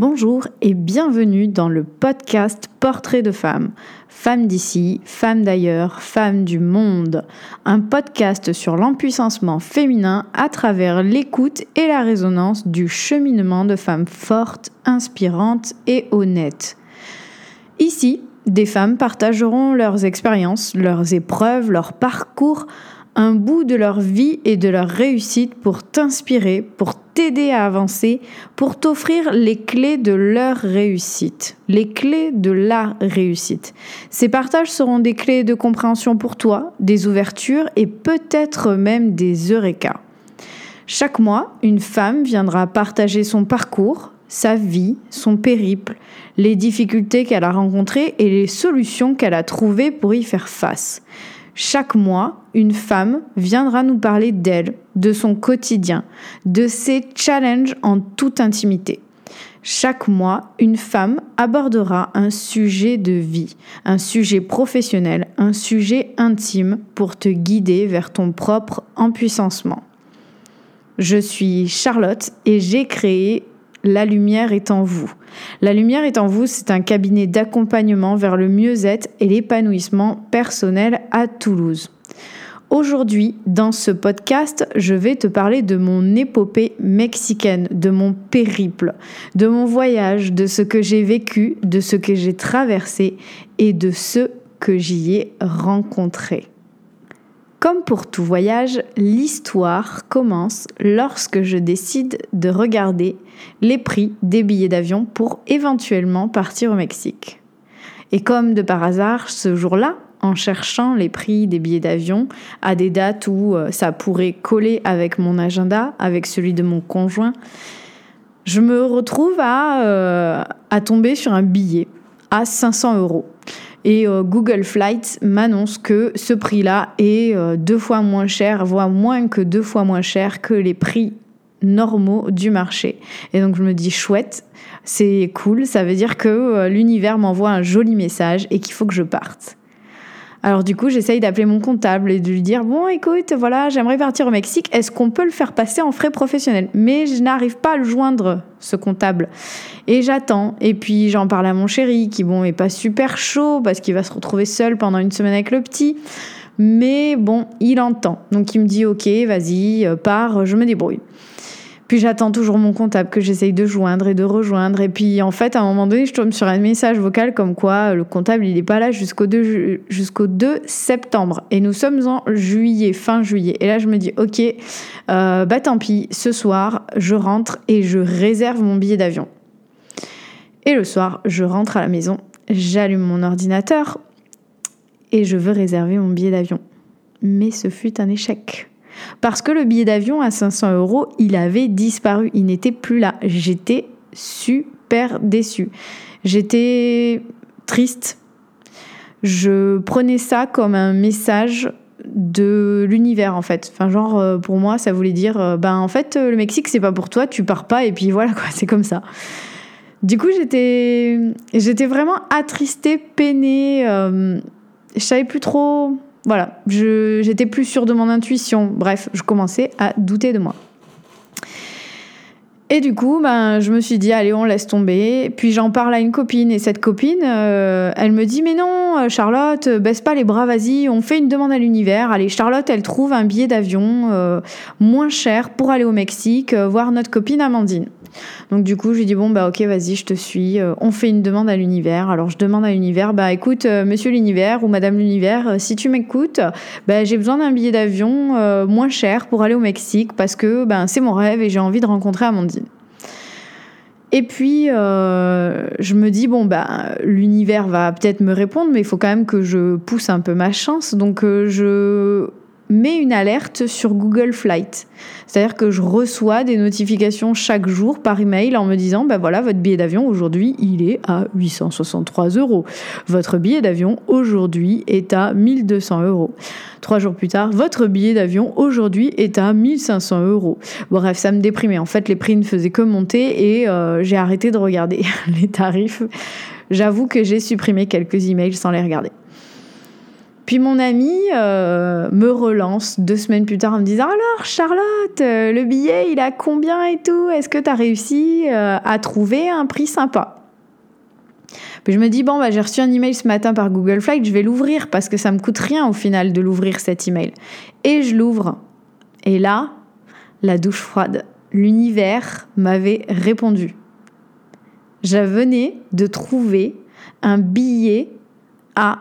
Bonjour et bienvenue dans le podcast Portrait de femmes. Femmes d'ici, femmes d'ailleurs, femmes du monde. Un podcast sur l'empuissancement féminin à travers l'écoute et la résonance du cheminement de femmes fortes, inspirantes et honnêtes. Ici, des femmes partageront leurs expériences, leurs épreuves, leur parcours, un bout de leur vie et de leur réussite pour t'inspirer, pour t'aider à avancer, pour t'offrir les clés de leur réussite, les clés de la réussite. Ces partages seront des clés de compréhension pour toi, des ouvertures et peut-être même des eureka. Chaque mois, une femme viendra partager son parcours, sa vie, son périple, les difficultés qu'elle a rencontrées et les solutions qu'elle a trouvées pour y faire face. Chaque mois, une femme viendra nous parler d'elle, de son quotidien, de ses challenges en toute intimité. Chaque mois, une femme abordera un sujet de vie, un sujet professionnel, un sujet intime pour te guider vers ton propre empuissancement. Je suis Charlotte et j'ai créé La Lumière est en vous. La Lumière est en vous, c'est un cabinet d'accompagnement vers le mieux-être et l'épanouissement personnel à Toulouse. Aujourd'hui, dans ce podcast, je vais te parler de mon épopée mexicaine, de mon périple, de mon voyage, de ce que j'ai vécu, de ce que j'ai traversé et de ce que j'y ai rencontré. Comme pour tout voyage, l'histoire commence lorsque je décide de regarder les prix des billets d'avion pour éventuellement partir au Mexique. Et comme de par hasard, ce jour-là, en cherchant les prix des billets d'avion à des dates où ça pourrait coller avec mon agenda, avec celui de mon conjoint, je me retrouve à tomber sur un billet à 500 €. Et Google Flights m'annonce que ce prix-là est 2 fois moins cher, voire moins que 2 fois moins cher que les prix normaux du marché. Et donc je me dis chouette, c'est cool, ça veut dire que l'univers m'envoie un joli message et qu'il faut que je parte. Alors du coup, j'essaye d'appeler mon comptable et de lui dire « Bon, écoute, voilà, j'aimerais partir au Mexique, est-ce qu'on peut le faire passer en frais professionnels ?» Mais je n'arrive pas à le joindre, ce comptable. Et j'attends, et puis j'en parle à mon chéri, qui est pas super chaud, parce qu'il va se retrouver seul pendant une semaine avec le petit. Mais bon, il entend. Donc il me dit « Ok, vas-y, pars, je me débrouille. » Puis j'attends toujours mon comptable que j'essaye de joindre et de rejoindre. Et puis en fait, à un moment donné, je tombe sur un message vocal comme quoi le comptable, il n'est pas là jusqu'au 2 septembre. Et nous sommes en juillet, fin juillet. Et là, je me dis, ok, tant pis, ce soir, je rentre et je réserve mon billet d'avion. Et le soir, je rentre à la maison, j'allume mon ordinateur et je veux réserver mon billet d'avion. Mais ce fut un échec. Parce que le billet d'avion à 500 €, il avait disparu, il n'était plus là. J'étais super déçue. J'étais triste. Je prenais ça comme un message de l'univers en fait. Enfin genre pour moi ça voulait dire en fait le Mexique c'est pas pour toi, tu pars pas et puis voilà quoi, c'est comme ça. Du coup j'étais vraiment attristée, peinée, je savais plus trop. Voilà, j'étais plus sûre de mon intuition. Bref, je commençais à douter de moi. Et du coup, je me suis dit, allez, on laisse tomber. Puis j'en parle à une copine. Et cette copine, elle me dit, mais non, Charlotte, baisse pas les bras, vas-y, on fait une demande à l'univers. Allez, Charlotte, elle trouve un billet d'avion moins cher pour aller au Mexique, voir notre copine Amandine. Donc du coup, je lui dis ok, vas-y, je te suis. On fait une demande à l'univers. Alors je demande à l'univers, écoute, monsieur l'univers ou madame l'univers, si tu m'écoutes, j'ai besoin d'un billet d'avion moins cher pour aller au Mexique parce que c'est mon rêve et j'ai envie de rencontrer Amandine. Et puis je me dis l'univers va peut-être me répondre, mais il faut quand même que je pousse un peu ma chance. Donc je mets une alerte sur Google Flight. C'est-à-dire que je reçois des notifications chaque jour par email en me disant voilà, votre billet d'avion aujourd'hui, il est à 863 €. Votre billet d'avion aujourd'hui est à 1200 €. 3 jours plus tard, votre billet d'avion aujourd'hui est à 1500 €. Bref, ça me déprimait. En fait, les prix ne faisaient que monter et j'ai arrêté de regarder les tarifs. J'avoue que j'ai supprimé quelques emails sans les regarder. Puis mon amie me relance 2 semaines plus tard en me disant « Alors Charlotte, le billet il a combien et tout ? Est-ce que tu as réussi à trouver un prix sympa ?» Puis je me dis « Bon, j'ai reçu un email ce matin par Google Flights, je vais l'ouvrir parce que ça me coûte rien au final de l'ouvrir cet email. » Et je l'ouvre. Et là, la douche froide. L'univers m'avait répondu. Je venais de trouver un billet à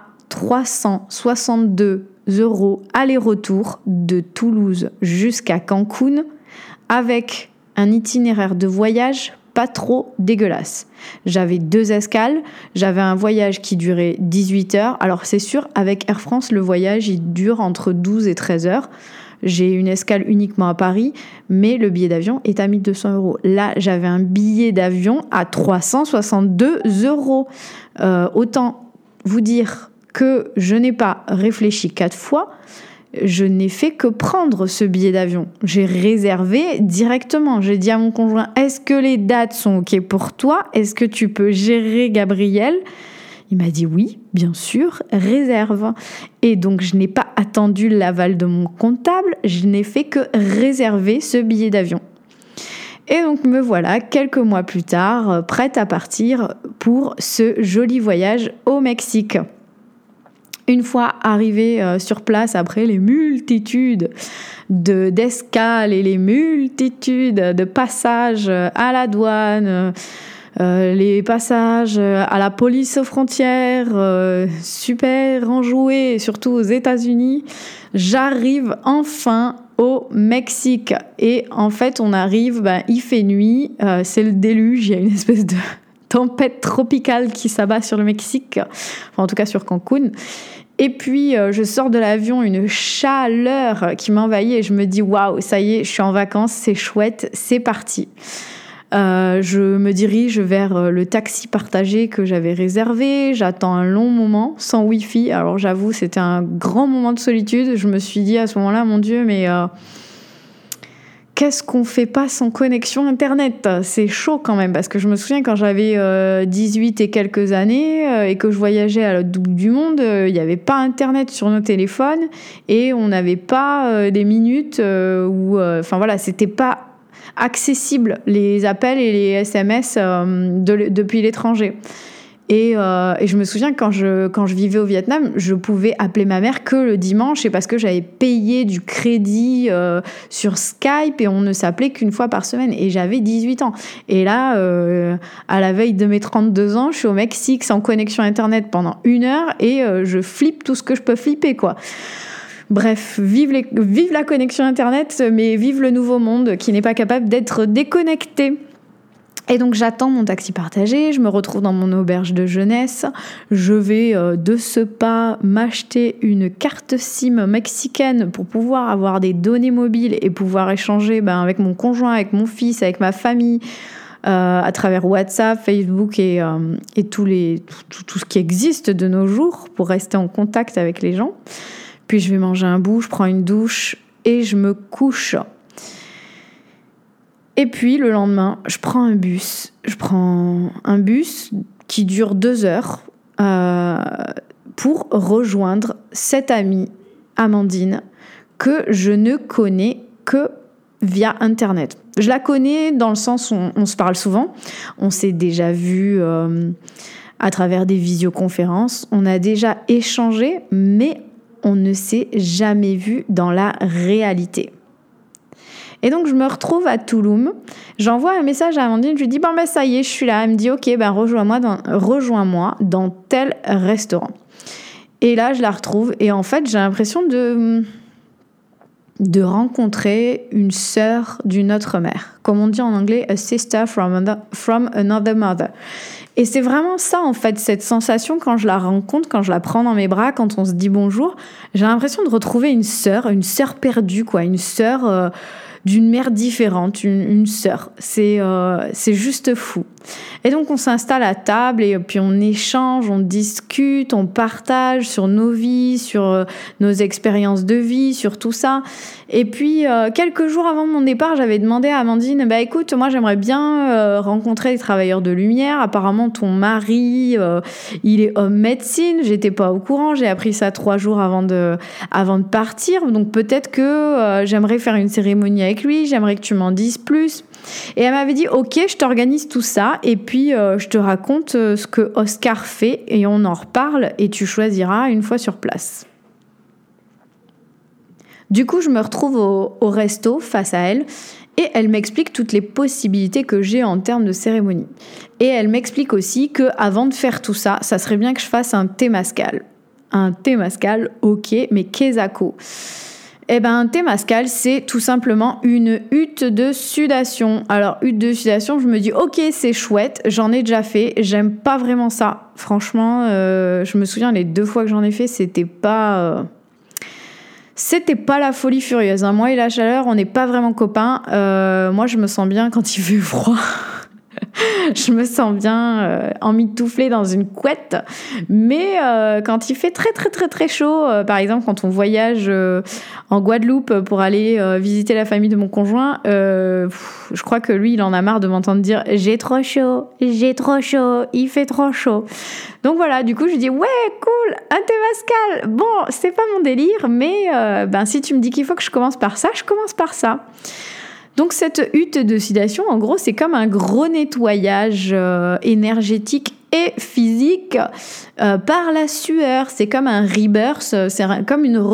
362 € aller-retour de Toulouse jusqu'à Cancun avec un itinéraire de voyage pas trop dégueulasse. J'avais 2 escales, j'avais un voyage qui durait 18 heures. Alors c'est sûr, avec Air France, le voyage il dure entre 12 et 13 heures. J'ai une escale uniquement à Paris, mais le billet d'avion est à 1 200 €. Là, j'avais un billet d'avion à 362 €. Autant vous dire que je n'ai pas réfléchi 4 fois, je n'ai fait que prendre ce billet d'avion. J'ai réservé directement. J'ai dit à mon conjoint, est-ce que les dates sont OK pour toi ? Est-ce que tu peux gérer Gabriel ? Il m'a dit oui, bien sûr, réserve. Et donc, je n'ai pas attendu l'aval de mon comptable, je n'ai fait que réserver ce billet d'avion. Et donc, me voilà, quelques mois plus tard, prête à partir pour ce joli voyage au Mexique. Une fois arrivée sur place, après les multitudes d'escales et les multitudes de passages à la douane, les passages à la police aux frontières, super enjoués, surtout aux États-Unis, j'arrive enfin au Mexique. Et en fait, on arrive, il fait nuit, c'est le déluge, il y a une espèce de tempête tropicale qui s'abat sur le Mexique, enfin, en tout cas sur Cancun. Et puis, je sors de l'avion, une chaleur qui m'envahit et je me dis « Waouh, ça y est, je suis en vacances, c'est chouette, c'est parti ». Je me dirige vers le taxi partagé que j'avais réservé. J'attends un long moment sans Wi-Fi. Alors j'avoue, c'était un grand moment de solitude. Je me suis dit à ce moment-là, mon Dieu, mais qu'est-ce qu'on fait pas sans connexion Internet ? C'est chaud quand même, parce que je me souviens quand j'avais 18 et quelques années et que je voyageais à l'autre bout du monde, il n'y avait pas Internet sur nos téléphones et on n'avait pas des minutes où... Enfin voilà, c'était pas accessible, les appels et les SMS depuis l'étranger. Et je me souviens quand je vivais au Vietnam, je pouvais appeler ma mère que le dimanche, et parce que j'avais payé du crédit sur Skype et on ne s'appelait qu'une fois par semaine. Et j'avais 18 ans. Et là, à la veille de mes 32 ans, je suis au Mexique sans connexion Internet pendant 1 heure et je flippe tout ce que je peux flipper, quoi. Bref, vive la connexion Internet, mais vive le nouveau monde qui n'est pas capable d'être déconnecté. Et donc j'attends mon taxi partagé, je me retrouve dans mon auberge de jeunesse, je vais de ce pas m'acheter une carte SIM mexicaine pour pouvoir avoir des données mobiles et pouvoir échanger avec mon conjoint, avec mon fils, avec ma famille, à travers WhatsApp, Facebook et tout ce qui existe de nos jours pour rester en contact avec les gens. Puis je vais manger un bout, je prends une douche et je me couche. Et puis le lendemain, je prends un bus. Je prends un bus qui dure 2 heures pour rejoindre cette amie, Amandine, que je ne connais que via Internet. Je la connais dans le sens où on se parle souvent. On s'est déjà vu à travers des visioconférences. On a déjà échangé, mais on ne s'est jamais vu dans la réalité. Et donc, je me retrouve à Tulum. J'envoie un message à Amandine. Je lui dis, ça y est, je suis là. Elle me dit, OK, rejoins-moi dans tel restaurant. Et là, je la retrouve. Et en fait, j'ai l'impression de rencontrer une sœur d'une autre mère. Comme on dit en anglais, a sister from another mother. Et c'est vraiment ça, en fait, cette sensation quand je la rencontre, quand je la prends dans mes bras, quand on se dit bonjour. J'ai l'impression de retrouver une sœur perdue, quoi. Une sœur d'une mère différente, une sœur. C'est juste fou. Et donc on s'installe à table et puis on échange, on discute, on partage sur nos vies, sur nos expériences de vie, sur tout ça. Et puis quelques jours avant mon départ, j'avais demandé à Amandine, écoute, moi j'aimerais bien rencontrer les travailleurs de lumière. Apparemment ton mari, il est homme médecine. J'étais pas au courant, j'ai appris ça 3 jours avant de partir. Donc peut-être que j'aimerais faire une cérémonie avec lui, j'aimerais que tu m'en dises plus. Et elle m'avait dit, ok, je t'organise tout ça et puis je te raconte ce que Oscar fait et on en reparle et tu choisiras une fois sur place. Du coup, je me retrouve au resto face à elle et elle m'explique toutes les possibilités que j'ai en termes de cérémonie. Et elle m'explique aussi qu'avant de faire tout ça, ça serait bien que je fasse un Temazcal. Un Temazcal, ok, mais qu'est-ce que c'est ? Un Temazcal, c'est tout simplement une hutte de sudation. Alors, hutte de sudation, je me dis, ok, c'est chouette, j'en ai déjà fait, j'aime pas vraiment ça. Franchement, je me souviens, les 2 fois que j'en ai fait, c'était pas la folie furieuse. Moi et la chaleur, on n'est pas vraiment copains. Moi, je me sens bien quand il fait froid. Je me sens bien emmitouflée dans une couette. Mais quand il fait très, très, très, très chaud, par exemple, quand on voyage en Guadeloupe pour aller visiter la famille de mon conjoint, je crois que lui, il en a marre de m'entendre dire « J'ai trop chaud, il fait trop chaud ». Donc voilà, du coup, je dis « Ouais, cool, un Temazcal. Bon, c'est pas mon délire, mais si tu me dis qu'il faut que je commence par ça, je commence par ça. » Donc cette hutte de sudation, en gros, c'est comme un gros nettoyage énergétique et physique par la sueur. C'est comme un rebirth, c'est comme une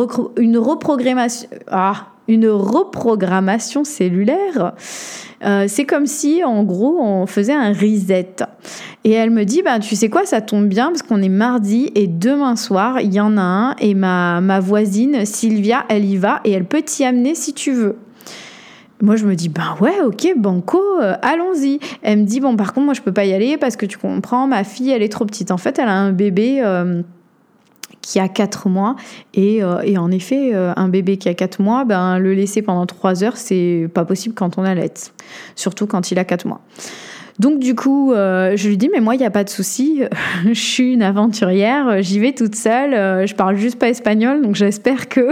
reprogrammation cellulaire. C'est comme si, en gros, on faisait un reset. Et elle me dit, tu sais quoi, ça tombe bien parce qu'on est mardi et demain soir, il y en a un et ma voisine Sylvia, elle y va et elle peut t'y amener si tu veux. Moi, je me dis, ouais, ok, banco, allons-y. Elle me dit, par contre, moi, je peux pas y aller parce que tu comprends, ma fille, elle est trop petite. En fait, elle a un bébé qui a 4 mois. Et en effet, un bébé qui a 4 mois, le laisser pendant 3 heures, c'est pas possible quand on allait. Surtout quand il a 4 mois. Donc du coup, je lui dis, mais moi, il n'y a pas de souci, je suis une aventurière, j'y vais toute seule, je parle juste pas espagnol, donc j'espère que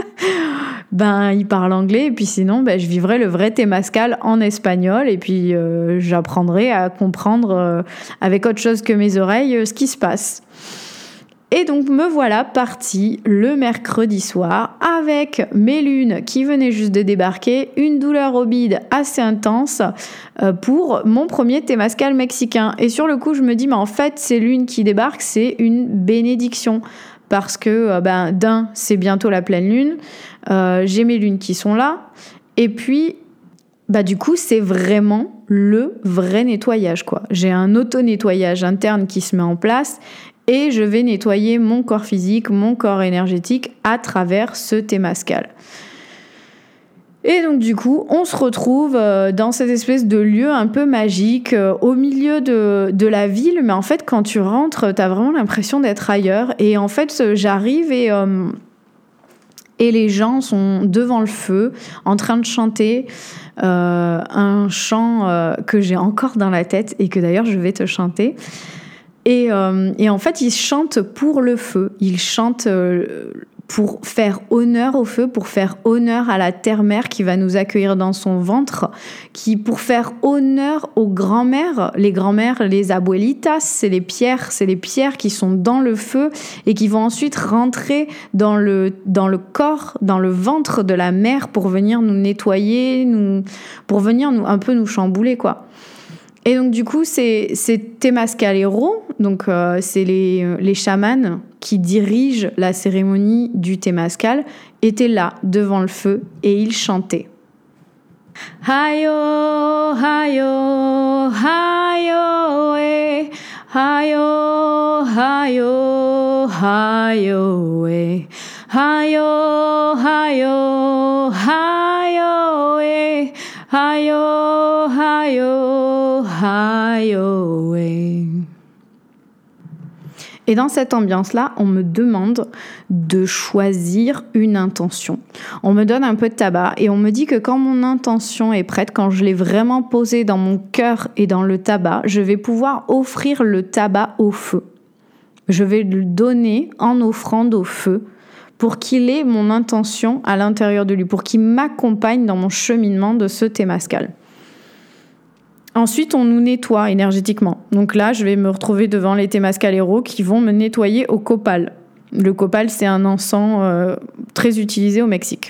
il parle anglais, et puis sinon, je vivrai le vrai Temazcal en espagnol, et puis j'apprendrai à comprendre avec autre chose que mes oreilles ce qui se passe. Et donc me voilà partie le mercredi soir avec mes lunes qui venaient juste de débarquer, une douleur au bide assez intense pour mon premier Temazcal mexicain. Et sur le coup, je me dis, mais en fait, ces lunes qui débarquent, c'est une bénédiction. Parce que d'un, c'est bientôt la pleine lune, j'ai mes lunes qui sont là, et puis du coup, c'est vraiment le vrai nettoyage, quoi. J'ai un auto-nettoyage interne qui se met en place et je vais nettoyer mon corps physique, mon corps énergétique à travers ce Temazcal. Et donc du coup, on se retrouve dans cette espèce de lieu un peu magique au milieu de la ville, mais en fait, quand tu rentres, t'as vraiment l'impression d'être ailleurs. Et en fait, j'arrive et les gens sont devant le feu, en train de chanter un chant que j'ai encore dans la tête et que d'ailleurs je vais te chanter. Et en fait, ils chantent pour le feu. Ils chantent pour faire honneur au feu, pour faire honneur à la terre-mère qui va nous accueillir dans son ventre, pour faire honneur aux grands-mères. Les grands-mères, les abuelitas, c'est les pierres qui sont dans le feu et qui vont ensuite rentrer dans le corps, dans le ventre de la mère pour venir nous nettoyer, pour venir un peu nous chambouler, quoi. Et donc du coup, c'est Temazcaleros, donc c'est les chamans qui dirigent la cérémonie du Temazcal, étaient là devant le feu et ils chantaient. Hayo, hayo, hayo, eh. Hayo, hayo, hayo, eh. Hayo, hayo, hayo, eh. Hayo, hayo, hayo, eh. Et dans cette ambiance-là, on me demande de choisir une intention. On me donne un peu de tabac et on me dit que quand mon intention est prête, quand je l'ai vraiment posée dans mon cœur et dans le tabac, je vais pouvoir offrir le tabac au feu. Je vais le donner en offrande au feu pour qu'il ait mon intention à l'intérieur de lui, pour qu'il m'accompagne dans mon cheminement de ce Temazcal. Ensuite, on nous nettoie énergétiquement. Donc là, je vais me retrouver devant les Temazcaleros qui vont me nettoyer au copal. Le copal, c'est un encens très utilisé au Mexique.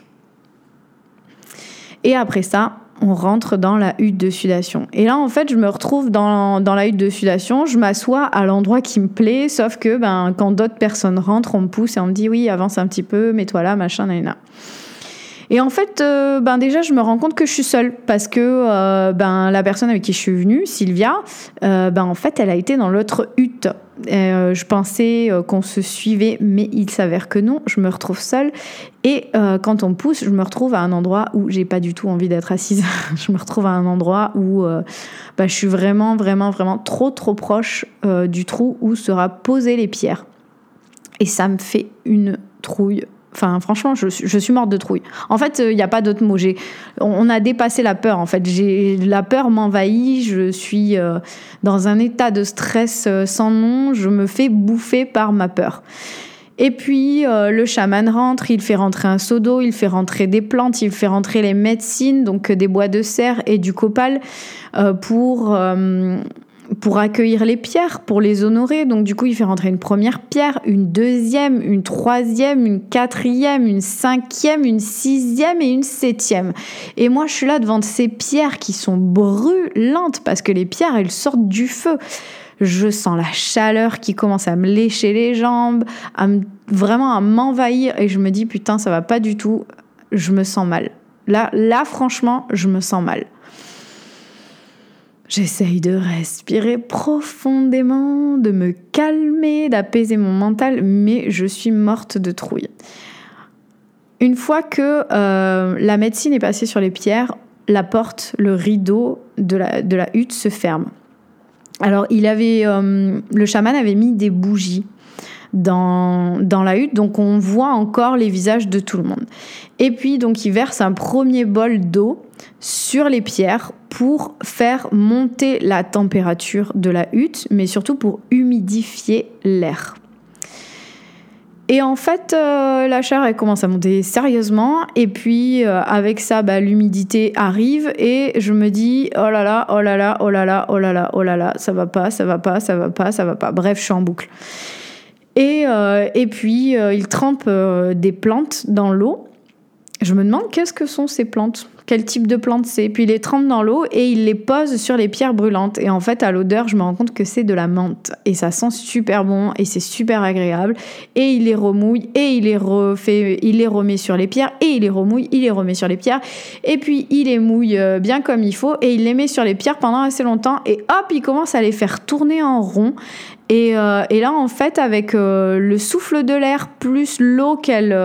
Et après ça, on rentre dans la hutte de sudation. Et là, en fait, je me retrouve dans la hutte de sudation. Je m'assois à l'endroit qui me plaît, sauf que quand d'autres personnes rentrent, on me pousse et on me dit « Oui, avance un petit peu, mets-toi là, machin, nanana ». Et en fait, déjà, je me rends compte que je suis seule parce que la personne avec qui je suis venue, Sylvia, en fait, elle a été dans l'autre hutte. Je pensais qu'on se suivait, mais il s'avère que non. Je me retrouve seule et quand on me pousse, je me retrouve à un endroit où j'ai pas du tout envie d'être assise. Je me retrouve à un endroit où je suis vraiment, vraiment, vraiment trop proche du trou où sera posées les pierres. Et ça me fait une trouille. Enfin, franchement, je suis morte de trouille. En fait, il n'y a pas d'autre mot. On a dépassé la peur, en fait. La peur m'envahit. Je suis dans un état de stress sans nom. Je me fais bouffer par ma peur. Et puis, le chaman rentre. Il fait rentrer un seau d'eau. Il fait rentrer des plantes. Il fait rentrer les médecines, donc des bois de serre et du copal pour accueillir les pierres, pour les honorer. Donc du coup, il fait rentrer une première pierre, une deuxième, une troisième, une quatrième, une cinquième, une sixième et une septième. Et moi, je suis là devant ces pierres qui sont brûlantes parce que les pierres, elles sortent du feu. Je sens la chaleur qui commence à me lécher les jambes, vraiment à m'envahir. Et je me dis, putain, ça va pas du tout. Je me sens mal. Là, franchement, je me sens mal. J'essaye de respirer profondément, de me calmer, d'apaiser mon mental, mais je suis morte de trouille. Une fois que la médecine est passée sur les pierres, la porte, le rideau de la hutte se ferme. Alors, le chaman avait mis des bougies dans la hutte, donc on voit encore les visages de tout le monde. Et puis, donc, il verse un premier bol d'eau sur les pierres pour faire monter la température de la hutte, mais surtout pour humidifier l'air. Et en fait, la chaleur, elle commence à monter sérieusement. Et puis, avec ça, l'humidité arrive. Et je me dis, oh là là, oh là là, oh là là, oh là là, oh là là, ça va pas. Bref, je suis en boucle. Et puis, il trempe des plantes dans l'eau. Je me demande qu'est-ce que sont ces plantes, quel type de plantes c'est. Puis il les trempe dans l'eau et il les pose sur les pierres brûlantes. Et en fait, à l'odeur, je me rends compte que c'est de la menthe. Et ça sent super bon et c'est super agréable. Et il les remouille et il les remet sur les pierres. Et il les remouille, il les remet sur les pierres. Et puis il les mouille bien comme il faut. Et il les met sur les pierres pendant assez longtemps. Et hop, il commence à les faire tourner en rond. Et là, en fait, avec le souffle de l'air plus l'eau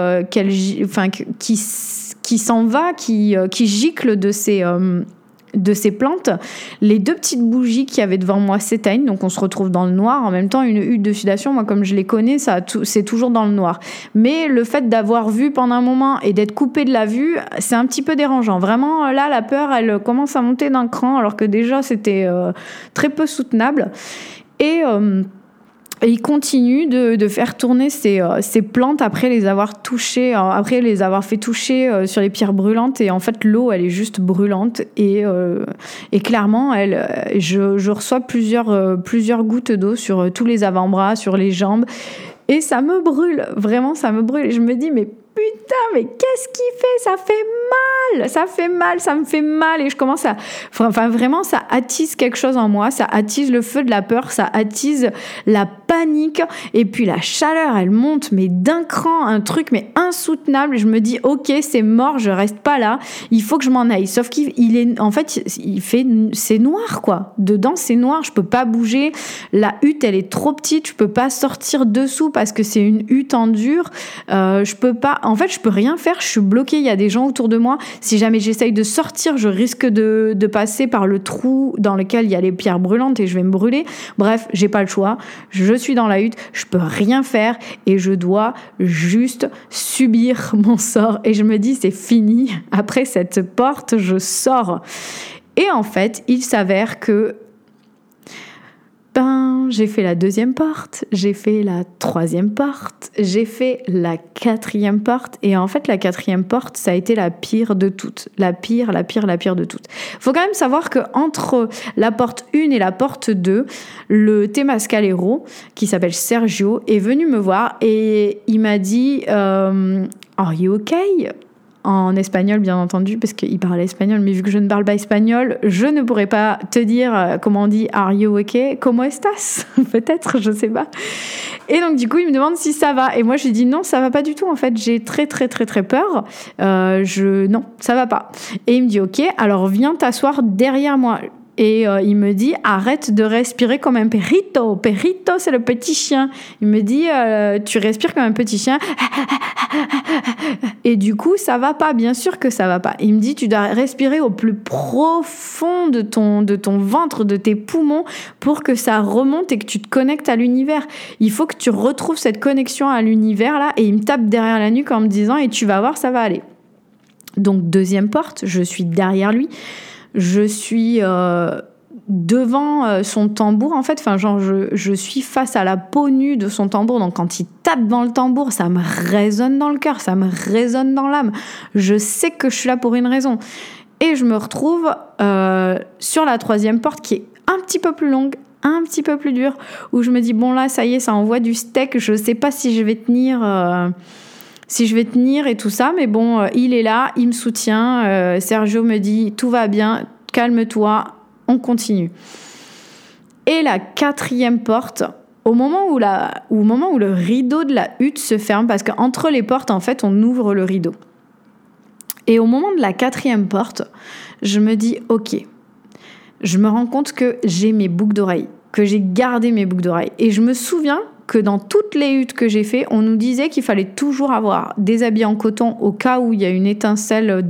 qui s'en va, qui gicle de ces plantes, les deux petites bougies qu'il y avait devant moi s'éteignent, donc on se retrouve dans le noir. En même temps, une hutte de sudation, moi, comme je les connais, c'est toujours dans le noir. Mais le fait d'avoir vu pendant un moment et d'être coupé de la vue, c'est un petit peu dérangeant. Vraiment, là, la peur, elle commence à monter d'un cran, alors que déjà, c'était très peu soutenable. Et il continue de faire tourner ces plantes après les avoir touchées, après les avoir fait toucher sur les pierres brûlantes. Et en fait, l'eau, elle est juste brûlante. Et clairement, je reçois plusieurs gouttes d'eau sur tous les avant-bras, sur les jambes. Et ça me brûle, vraiment, ça me brûle. Et je me dis, mais putain, mais qu'est-ce qu'il fait ? Ça me fait mal. Et je commence vraiment, ça attise quelque chose en moi. Ça attise le feu de la peur. Ça attise la panique. Et puis la chaleur, elle monte, mais d'un cran, un truc, mais insoutenable. Et je me dis, ok, c'est mort, je reste pas là. Il faut que je m'en aille. Sauf c'est noir, quoi. Dedans, c'est noir. Je peux pas bouger. La hutte, elle est trop petite. Je peux pas sortir dessous parce que c'est une hutte en dur. Je peux pas. En fait, je peux rien faire, je suis bloquée, il y a des gens autour de moi. Si jamais j'essaye de sortir, je risque de passer par le trou dans lequel il y a les pierres brûlantes et je vais me brûler. Bref, j'ai pas le choix. Je suis dans la hutte, je peux rien faire et je dois juste subir mon sort. Et je me dis, c'est fini. Après cette porte, je sors. Et en fait, il s'avère que j'ai fait la 2e porte, j'ai fait la 3e porte, j'ai fait la 4e porte. Et en fait, la 4e porte, ça a été la pire de toutes. La pire de toutes. Faut quand même savoir qu'entre la porte 1 et la porte 2, le Temascalero, qui s'appelle Sergio, est venu me voir et il m'a dit « Are you okay ?» En espagnol, bien entendu, parce qu'il parlait espagnol, mais vu que je ne parle pas espagnol, je ne pourrais pas te dire comment on dit « Are you okay ?»« Como estás ?» Peut-être, je sais pas. Et donc, du coup, il me demande si ça va. Et moi, je lui dis « Non, ça va pas du tout, en fait. J'ai très, très, très, très peur. Non, ça va pas. » Et il me dit « Ok, alors viens t'asseoir derrière moi. » Et il me dit, arrête de respirer comme un perrito. Perrito, c'est le petit chien. Il me dit, tu respires comme un petit chien. Et du coup, ça va pas. Bien sûr que ça va pas. Il me dit, tu dois respirer au plus profond de ton ventre, de tes poumons, pour que ça remonte et que tu te connectes à l'univers. Il faut que tu retrouves cette connexion à l'univers, là. Et il me tape derrière la nuque en me disant, et tu vas voir, ça va aller. Donc, 2e porte, je suis derrière lui. Je suis devant son tambour, en fait. Enfin, genre, je suis face à la peau nue de son tambour. Donc, quand il tape dans le tambour, ça me résonne dans le cœur, ça me résonne dans l'âme. Je sais que je suis là pour une raison. Et je me retrouve sur la 3e porte qui est un petit peu plus longue, un petit peu plus dure, où je me dis, bon là, ça y est, ça envoie du steak. Je sais pas si je vais tenir... et tout ça, mais bon, il est là, il me soutient. Sergio me dit, tout va bien, calme-toi, on continue. Et la 4e porte, au moment où le rideau de la hutte se ferme, parce qu'entre les portes, en fait, on ouvre le rideau. Et au moment de la 4e porte, je me dis, ok, je me rends compte que j'ai mes boucles d'oreilles, que j'ai gardé mes boucles d'oreilles. Et je me souviens que dans toutes les huttes que j'ai fait, on nous disait qu'il fallait toujours avoir des habits en coton au cas où il y a une étincelle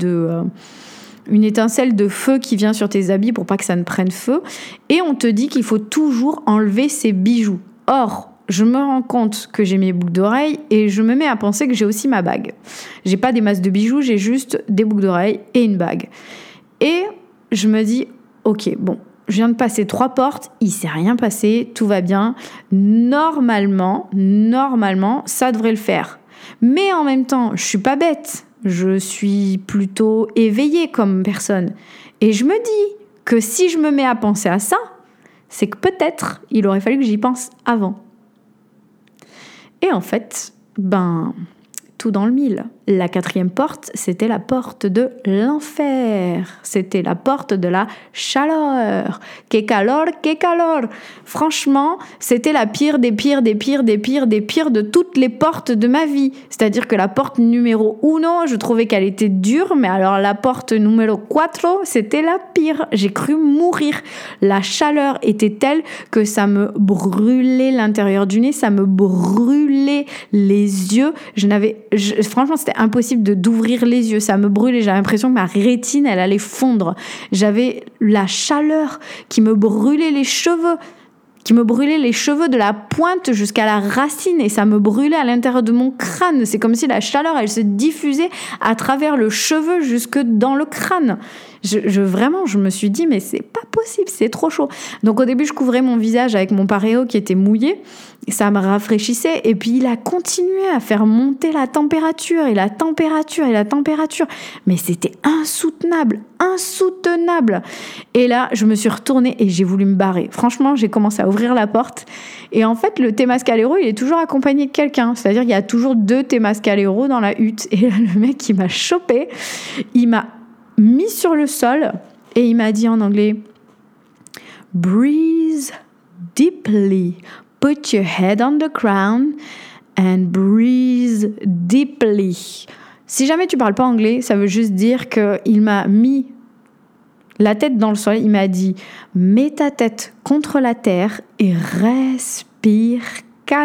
de feu qui vient sur tes habits pour pas que ça ne prenne feu. Et on te dit qu'il faut toujours enlever ses bijoux. Or, je me rends compte que j'ai mes boucles d'oreilles et je me mets à penser que j'ai aussi ma bague. J'ai pas des masses de bijoux, j'ai juste des boucles d'oreilles et une bague. Et je me dis, ok, bon, je viens de passer 3 portes, il s'est rien passé, tout va bien. Normalement, ça devrait le faire. Mais en même temps, je suis pas bête. Je suis plutôt éveillée comme personne. Et je me dis que si je me mets à penser à ça, c'est que peut-être il aurait fallu que j'y pense avant. Et en fait, tout dans le mille. La 4e porte, c'était la porte de l'enfer. C'était la porte de la chaleur. Que calor, que calor. Franchement, c'était la pire des pires de toutes les portes de ma vie. C'est-à-dire que la porte numéro 1, je trouvais qu'elle était dure, mais alors la porte numéro 4, c'était la pire. J'ai cru mourir. La chaleur était telle que ça me brûlait l'intérieur du nez, ça me brûlait les yeux. Franchement, c'était impossible d'ouvrir les yeux, ça me brûlait, j'avais l'impression que ma rétine, elle allait fondre. J'avais la chaleur qui me brûlait les cheveux de la pointe jusqu'à la racine et ça me brûlait à l'intérieur de mon crâne. C'est comme si la chaleur, elle se diffusait à travers le cheveu jusque dans le crâne. Vraiment, je me suis dit, mais c'est pas possible, c'est trop chaud. Donc au début, je couvrais mon visage avec mon pareo qui était mouillé. Ça me rafraîchissait. Et puis, il a continué à faire monter la température. Mais c'était insoutenable. Et là, je me suis retournée et j'ai voulu me barrer. Franchement, j'ai commencé à ouvrir la porte. Et en fait, le Temascalero, il est toujours accompagné de quelqu'un. C'est-à-dire qu'il y a toujours 2 Temascalero dans la hutte. Et là, le mec, il m'a chopé. Il m'a mis sur le sol et il m'a dit en anglais « Breathe deeply. Put your head on the ground and breathe deeply. » Si jamais tu parles pas anglais, ça veut juste dire qu'il m'a mis la tête dans le sol. Il m'a dit « Mets ta tête contre la terre et respire calmement. »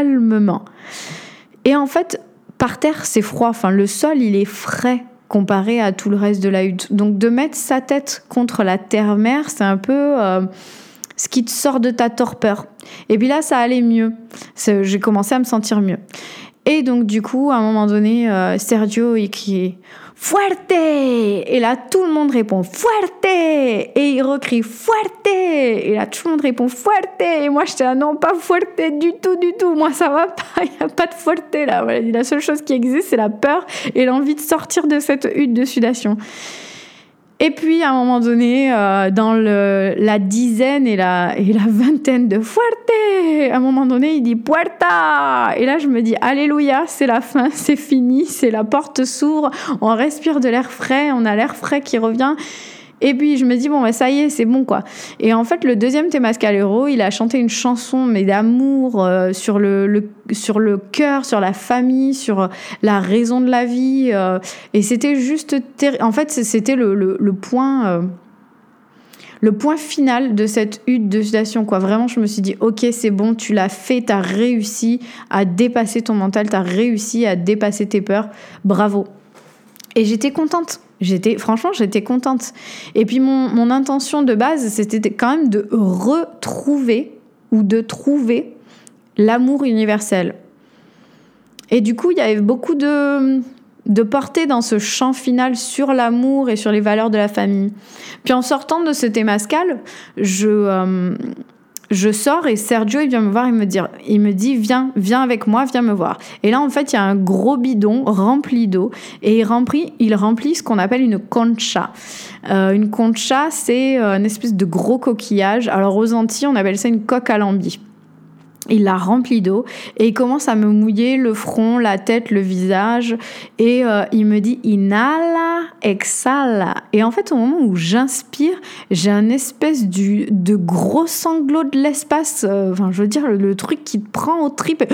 Et en fait, par terre, c'est froid. Enfin, le sol, il est frais comparé à tout le reste de la hutte. Donc, de mettre sa tête contre la terre-mère, c'est un peu ce qui te sort de ta torpeur. Et puis là, ça allait mieux. J'ai commencé à me sentir mieux. Et donc, du coup, à un moment donné, Sergio, il crie « Fuerte !» Et là, tout le monde répond « Fuerte !» Et il recrie « Fuerte !» Et là, tout le monde répond « Fuerte !» Et moi, j'étais là « Non, pas fuerte du tout. Moi, ça va pas. Il n'y a pas de fuerte là. » Voilà, la seule chose qui existe, c'est la peur et l'envie de sortir de cette hutte de sudation. Et puis, à un moment donné, dans la dizaine et la vingtaine de fuerte, à un moment donné, il dit puerta. Et là, je me dis, alléluia, c'est la fin, c'est fini, c'est la porte s'ouvre, on respire de l'air frais, on a l'air frais qui revient. Et puis, je me dis, bon, ça y est, c'est bon, quoi. Et en fait, le deuxième Temascalero, il a chanté une chanson, mais d'amour, sur le cœur, sur la famille, sur la raison de la vie. Et c'était juste... En fait, c'était le point final de cette hutte de sudation, quoi. Vraiment, je me suis dit, ok, c'est bon, tu l'as fait, t'as réussi à dépasser ton mental, t'as réussi à dépasser tes peurs. Bravo. Et j'étais contente. Franchement, j'étais contente. Et puis, mon intention de base, c'était quand même de retrouver ou de trouver l'amour universel. Et du coup, il y avait beaucoup de portée dans ce chant final sur l'amour et sur les valeurs de la famille. Puis, en sortant de ce Temascal, je sors et Sergio, il vient me voir, il me dit viens avec moi, viens me voir. Et là, en fait, il y a un gros bidon rempli d'eau et il remplit ce qu'on appelle une concha. Une concha, c'est une espèce de gros coquillage. Alors, aux Antilles, on appelle ça une coque à lambi. Il la remplit d'eau et il commence à me mouiller le front, la tête, le visage et il me dit inhala, exhala. Et en fait, au moment où j'inspire, j'ai un espèce de gros sanglot de l'espace, je veux dire le truc qui te prend aux tripes.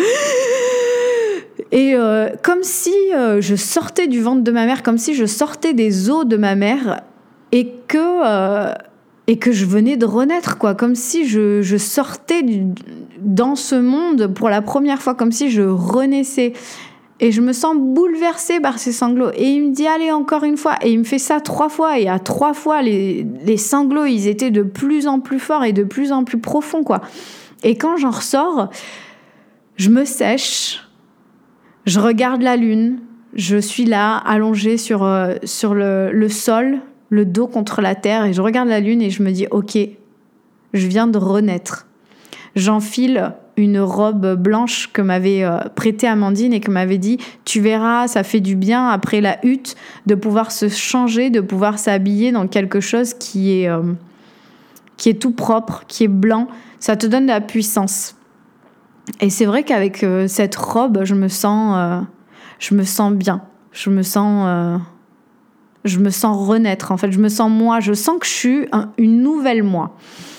Et comme si je sortais du ventre de ma mère, comme si je sortais des os de ma mère et que je venais de renaître, quoi, comme si je sortais dans ce monde pour la première fois, comme si je renaissais. Et je me sens bouleversée par ces sanglots. Et il me dit, allez, encore une fois. Et il me fait ça 3 fois. Et à 3 fois, les sanglots, ils étaient de plus en plus forts et de plus en plus profonds, quoi. Et quand j'en ressors, je me sèche, je regarde la lune, je suis là, allongée sur le sol, le dos contre la terre, et je regarde la lune et je me dis, ok, je viens de renaître. J'enfile une robe blanche que m'avait prêtée Amandine et que m'avait dit, tu verras, ça fait du bien après la hutte de pouvoir se changer, de pouvoir s'habiller dans quelque chose qui est tout propre, qui est blanc. Ça te donne de la puissance. Et c'est vrai qu'avec cette robe, je me sens bien. Je me sens renaître, en fait. Je me sens moi. Je sens que je suis une nouvelle moi.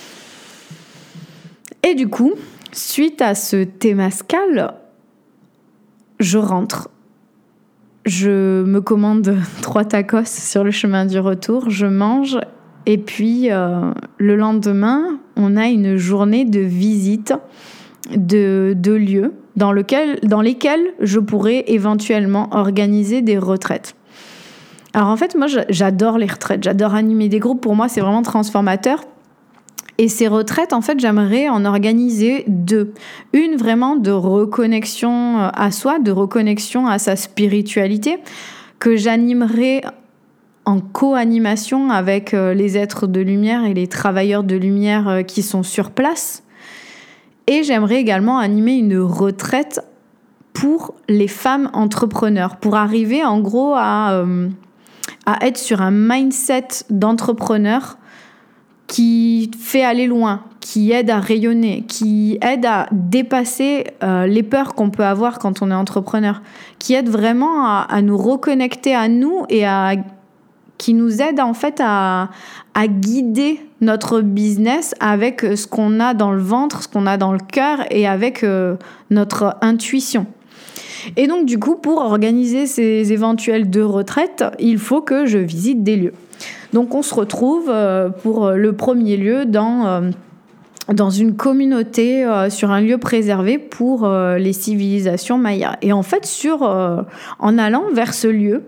Et du coup, suite à ce Temascal, je rentre. Je me commande 3 tacos sur le chemin du retour. Je mange. Et puis, le lendemain, on a une journée de visite de lieux dans lesquels je pourrais éventuellement organiser des retraites. Alors en fait, moi, j'adore les retraites. J'adore animer des groupes. Pour moi, c'est vraiment transformateur. Et ces retraites, en fait, j'aimerais en organiser 2. Une vraiment de reconnexion à soi, de reconnexion à sa spiritualité, que j'animerai en co-animation avec les êtres de lumière et les travailleurs de lumière qui sont sur place. Et j'aimerais également animer une retraite pour les femmes entrepreneurs, pour arriver en gros à être sur un mindset d'entrepreneur qui fait aller loin, qui aide à rayonner, qui aide à dépasser les peurs qu'on peut avoir quand on est entrepreneur, qui aide vraiment à nous reconnecter à nous et qui nous aide en fait à guider notre business avec ce qu'on a dans le ventre, ce qu'on a dans le cœur et avec notre intuition. Et donc du coup, pour organiser ces éventuelles 2 retraites, il faut que je visite des lieux. Donc on se retrouve pour le premier lieu dans une communauté, sur un lieu préservé pour les civilisations mayas. Et en fait, en allant vers ce lieu,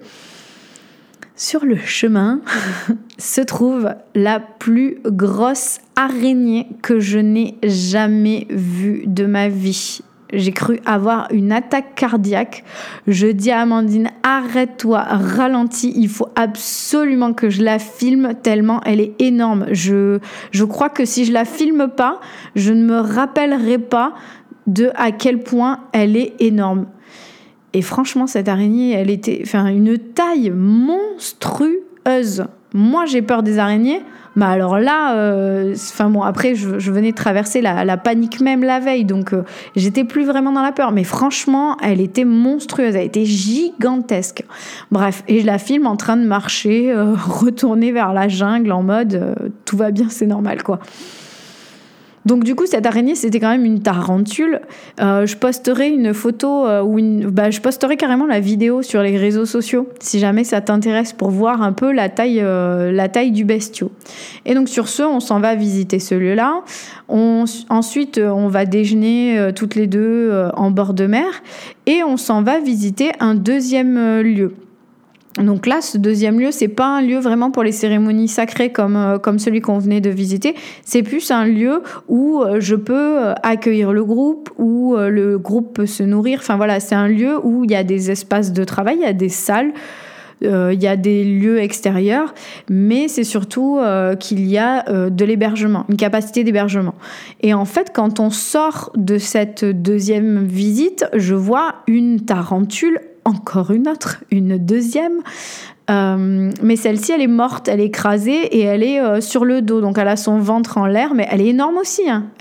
sur le chemin, se trouve la plus grosse araignée que je n'ai jamais vue de ma vie. J'ai cru avoir une attaque cardiaque. Je dis à Amandine, arrête-toi, ralentis, il faut absolument que je la filme tellement elle est énorme. Je crois que si je la filme pas, je ne me rappellerai pas de à quel point elle est énorme. Et franchement, cette araignée, elle était une taille monstrueuse. Moi, j'ai peur des araignées. Mais alors là, après, je venais de traverser la panique même la veille, donc j'étais plus vraiment dans la peur. Mais franchement, elle était monstrueuse, elle était gigantesque. Bref, et je la filme en train de marcher, retourner vers la jungle en mode tout va bien, c'est normal, quoi. Donc du coup, cette araignée, c'était quand même une tarentule. Je posterai une photo je posterai carrément la vidéo sur les réseaux sociaux si jamais ça t'intéresse pour voir un peu la taille du bestiau. Et donc sur ce, on s'en va visiter ce lieu-là. Ensuite, on va déjeuner toutes les deux en bord de mer et on s'en va visiter un deuxième lieu. Donc là, ce deuxième lieu, c'est pas un lieu vraiment pour les cérémonies sacrées comme celui qu'on venait de visiter. C'est plus un lieu où je peux accueillir le groupe, où le groupe peut se nourrir. Enfin voilà, c'est un lieu où il y a des espaces de travail, il y a des salles, il y a des lieux extérieurs, mais c'est surtout qu'il y a de l'hébergement, une capacité d'hébergement. Et en fait, quand on sort de cette deuxième visite, je vois une tarentule, encore une deuxième, mais celle-ci elle est morte, elle est écrasée et elle est sur le dos, donc elle a son ventre en l'air, mais elle est énorme aussi,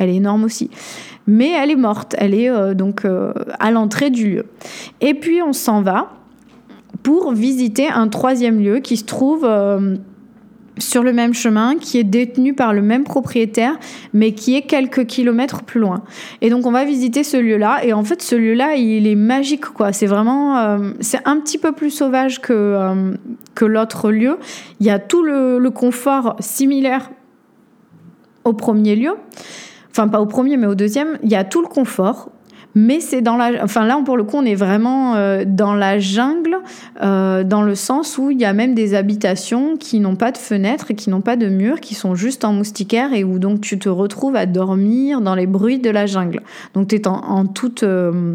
mais elle est morte, elle est à l'entrée du lieu. Et puis on s'en va pour visiter un troisième lieu qui se trouve sur le même chemin, qui est détenu par le même propriétaire, mais qui est quelques kilomètres plus loin. Et donc, on va visiter ce lieu-là. Et en fait, ce lieu-là, il est magique, quoi. C'est vraiment... c'est un petit peu plus sauvage que l'autre lieu. Il y a tout le confort similaire au premier lieu. Enfin, pas au premier, mais au deuxième. Il y a tout le confort. Mais c'est là, pour le coup, on est vraiment dans la jungle, dans le sens où il y a même des habitations qui n'ont pas de fenêtres et qui n'ont pas de murs, qui sont juste en moustiquaire et où donc tu te retrouves à dormir dans les bruits de la jungle. Donc tu es en toute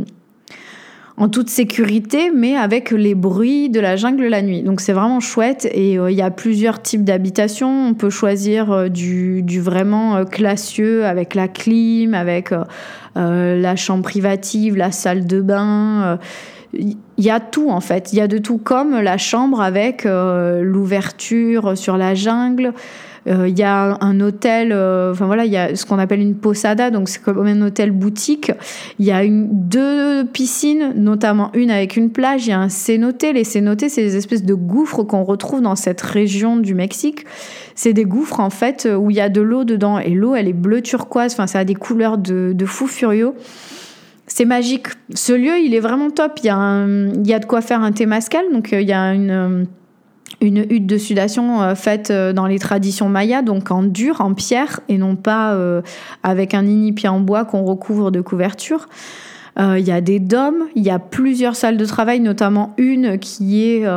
sécurité, mais avec les bruits de la jungle la nuit. Donc c'est vraiment chouette et il y a plusieurs types d'habitations. On peut choisir du vraiment classieux avec la clim, avec la chambre privative, la salle de bain. Il y a tout en fait. Il y a de tout, comme la chambre avec l'ouverture sur la jungle. Il y a un hôtel, il y a ce qu'on appelle une posada, donc c'est comme un hôtel boutique. Il y a deux piscines, notamment une avec une plage. Il y a un cénote. Les cénotes, c'est des espèces de gouffres qu'on retrouve dans cette région du Mexique. C'est des gouffres en fait où il y a de l'eau dedans et l'eau elle est bleu turquoise. Enfin, ça a des couleurs de fou furieux. C'est magique. Ce lieu, il est vraiment top. Il y a de quoi faire un temazcal, donc il y a une hutte de sudation faite dans les traditions mayas, donc en dur, en pierre, et non pas avec un inipi en bois qu'on recouvre de couverture. Il y a des dômes, il y a plusieurs salles de travail, notamment une qui est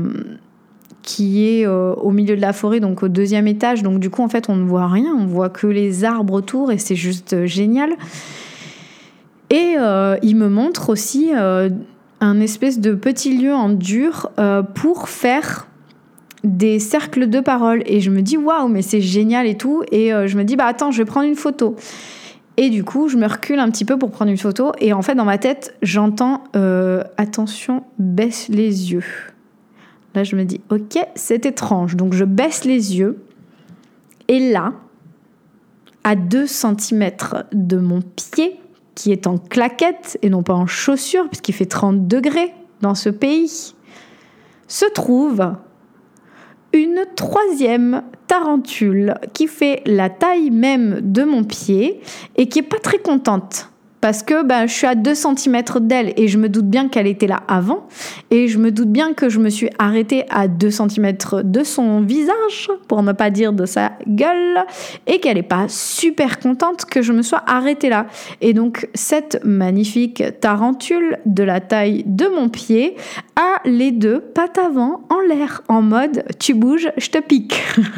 au milieu de la forêt, donc au deuxième étage. Donc du coup, en fait, on ne voit rien, on voit que les arbres autour, et c'est juste génial. Et il me montre aussi un espèce de petit lieu en dur pour faire des cercles de parole. Et je me dis, waouh, mais c'est génial et tout. Et je me dis, attends, je vais prendre une photo. Et du coup, je me recule un petit peu pour prendre une photo. Et en fait, dans ma tête, j'entends, attention, baisse les yeux. Là, je me dis, ok, c'est étrange. Donc, je baisse les yeux. Et là, à 2 cm de mon pied, qui est en claquette et non pas en chaussures, puisqu'il fait 30 degrés dans ce pays, se trouve une 3e tarentule qui fait la taille même de mon pied et qui est pas très contente parce que je suis à 2 cm d'elle et je me doute bien qu'elle était là avant et je me doute bien que je me suis arrêtée à 2 cm de son visage, pour ne pas dire de sa gueule, et qu'elle n'est pas super contente que je me sois arrêtée là. Et donc cette magnifique tarentule de la taille de mon pied a les 2 pattes avant en l'air, en mode tu bouges, je te pique.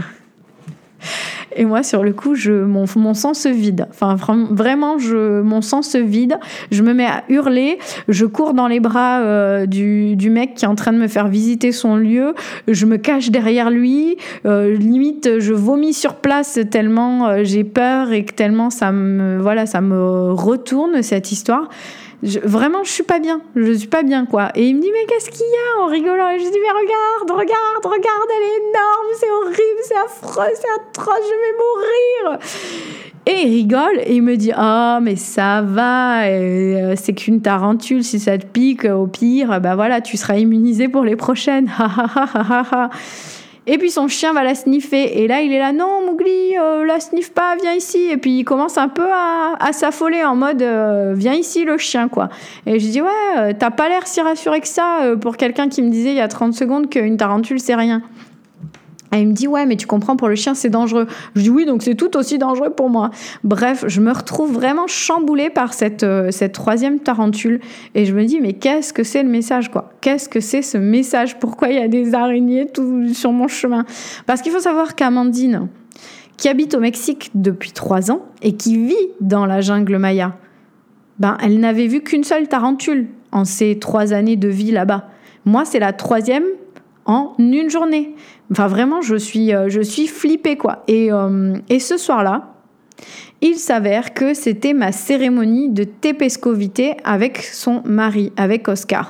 Et moi, sur le coup, mon sang se vide. Enfin, vraiment, mon sang se vide. Je me mets à hurler. Je cours dans les bras du mec qui est en train de me faire visiter son lieu. Je me cache derrière lui. Limite, je vomis sur place tellement j'ai peur et que tellement ça me retourne, cette histoire. Vraiment, je suis pas bien, quoi. Et il me dit, mais qu'est-ce qu'il y a, en rigolant? Et je dis, mais regarde, elle est énorme, c'est horrible, c'est affreux, c'est atroce, je vais mourir. Et il rigole et il me dit, mais ça va, c'est qu'une tarentule, si ça te pique, au pire, tu seras immunisé pour les prochaines. Et puis son chien va la sniffer. Et là, il est là, non, Mowgli, la sniffe pas, viens ici. Et puis il commence un peu à s'affoler en mode, viens ici le chien, quoi. Et je dis, ouais, t'as pas l'air si rassuré que ça pour quelqu'un qui me disait il y a 30 secondes qu'une tarentule, c'est rien. Et il me dit, ouais, mais tu comprends, pour le chien, c'est dangereux. Je dis, oui, donc c'est tout aussi dangereux pour moi. Bref, je me retrouve vraiment chamboulée par cette 3e tarentule. Et je me dis, mais qu'est-ce que c'est le message, quoi? Qu'est-ce que c'est ce message? Pourquoi il y a des araignées tout sur mon chemin? Parce qu'il faut savoir qu'Amandine, qui habite au Mexique depuis 3 ans et qui vit dans la jungle Maya, elle n'avait vu qu'une seule tarentule en ses 3 années de vie là-bas. Moi, c'est la 3e en une journée. Enfin, vraiment, je suis flippée, quoi. Et ce soir-là, il s'avère que c'était ma cérémonie de tépescovité avec son mari, avec Oscar.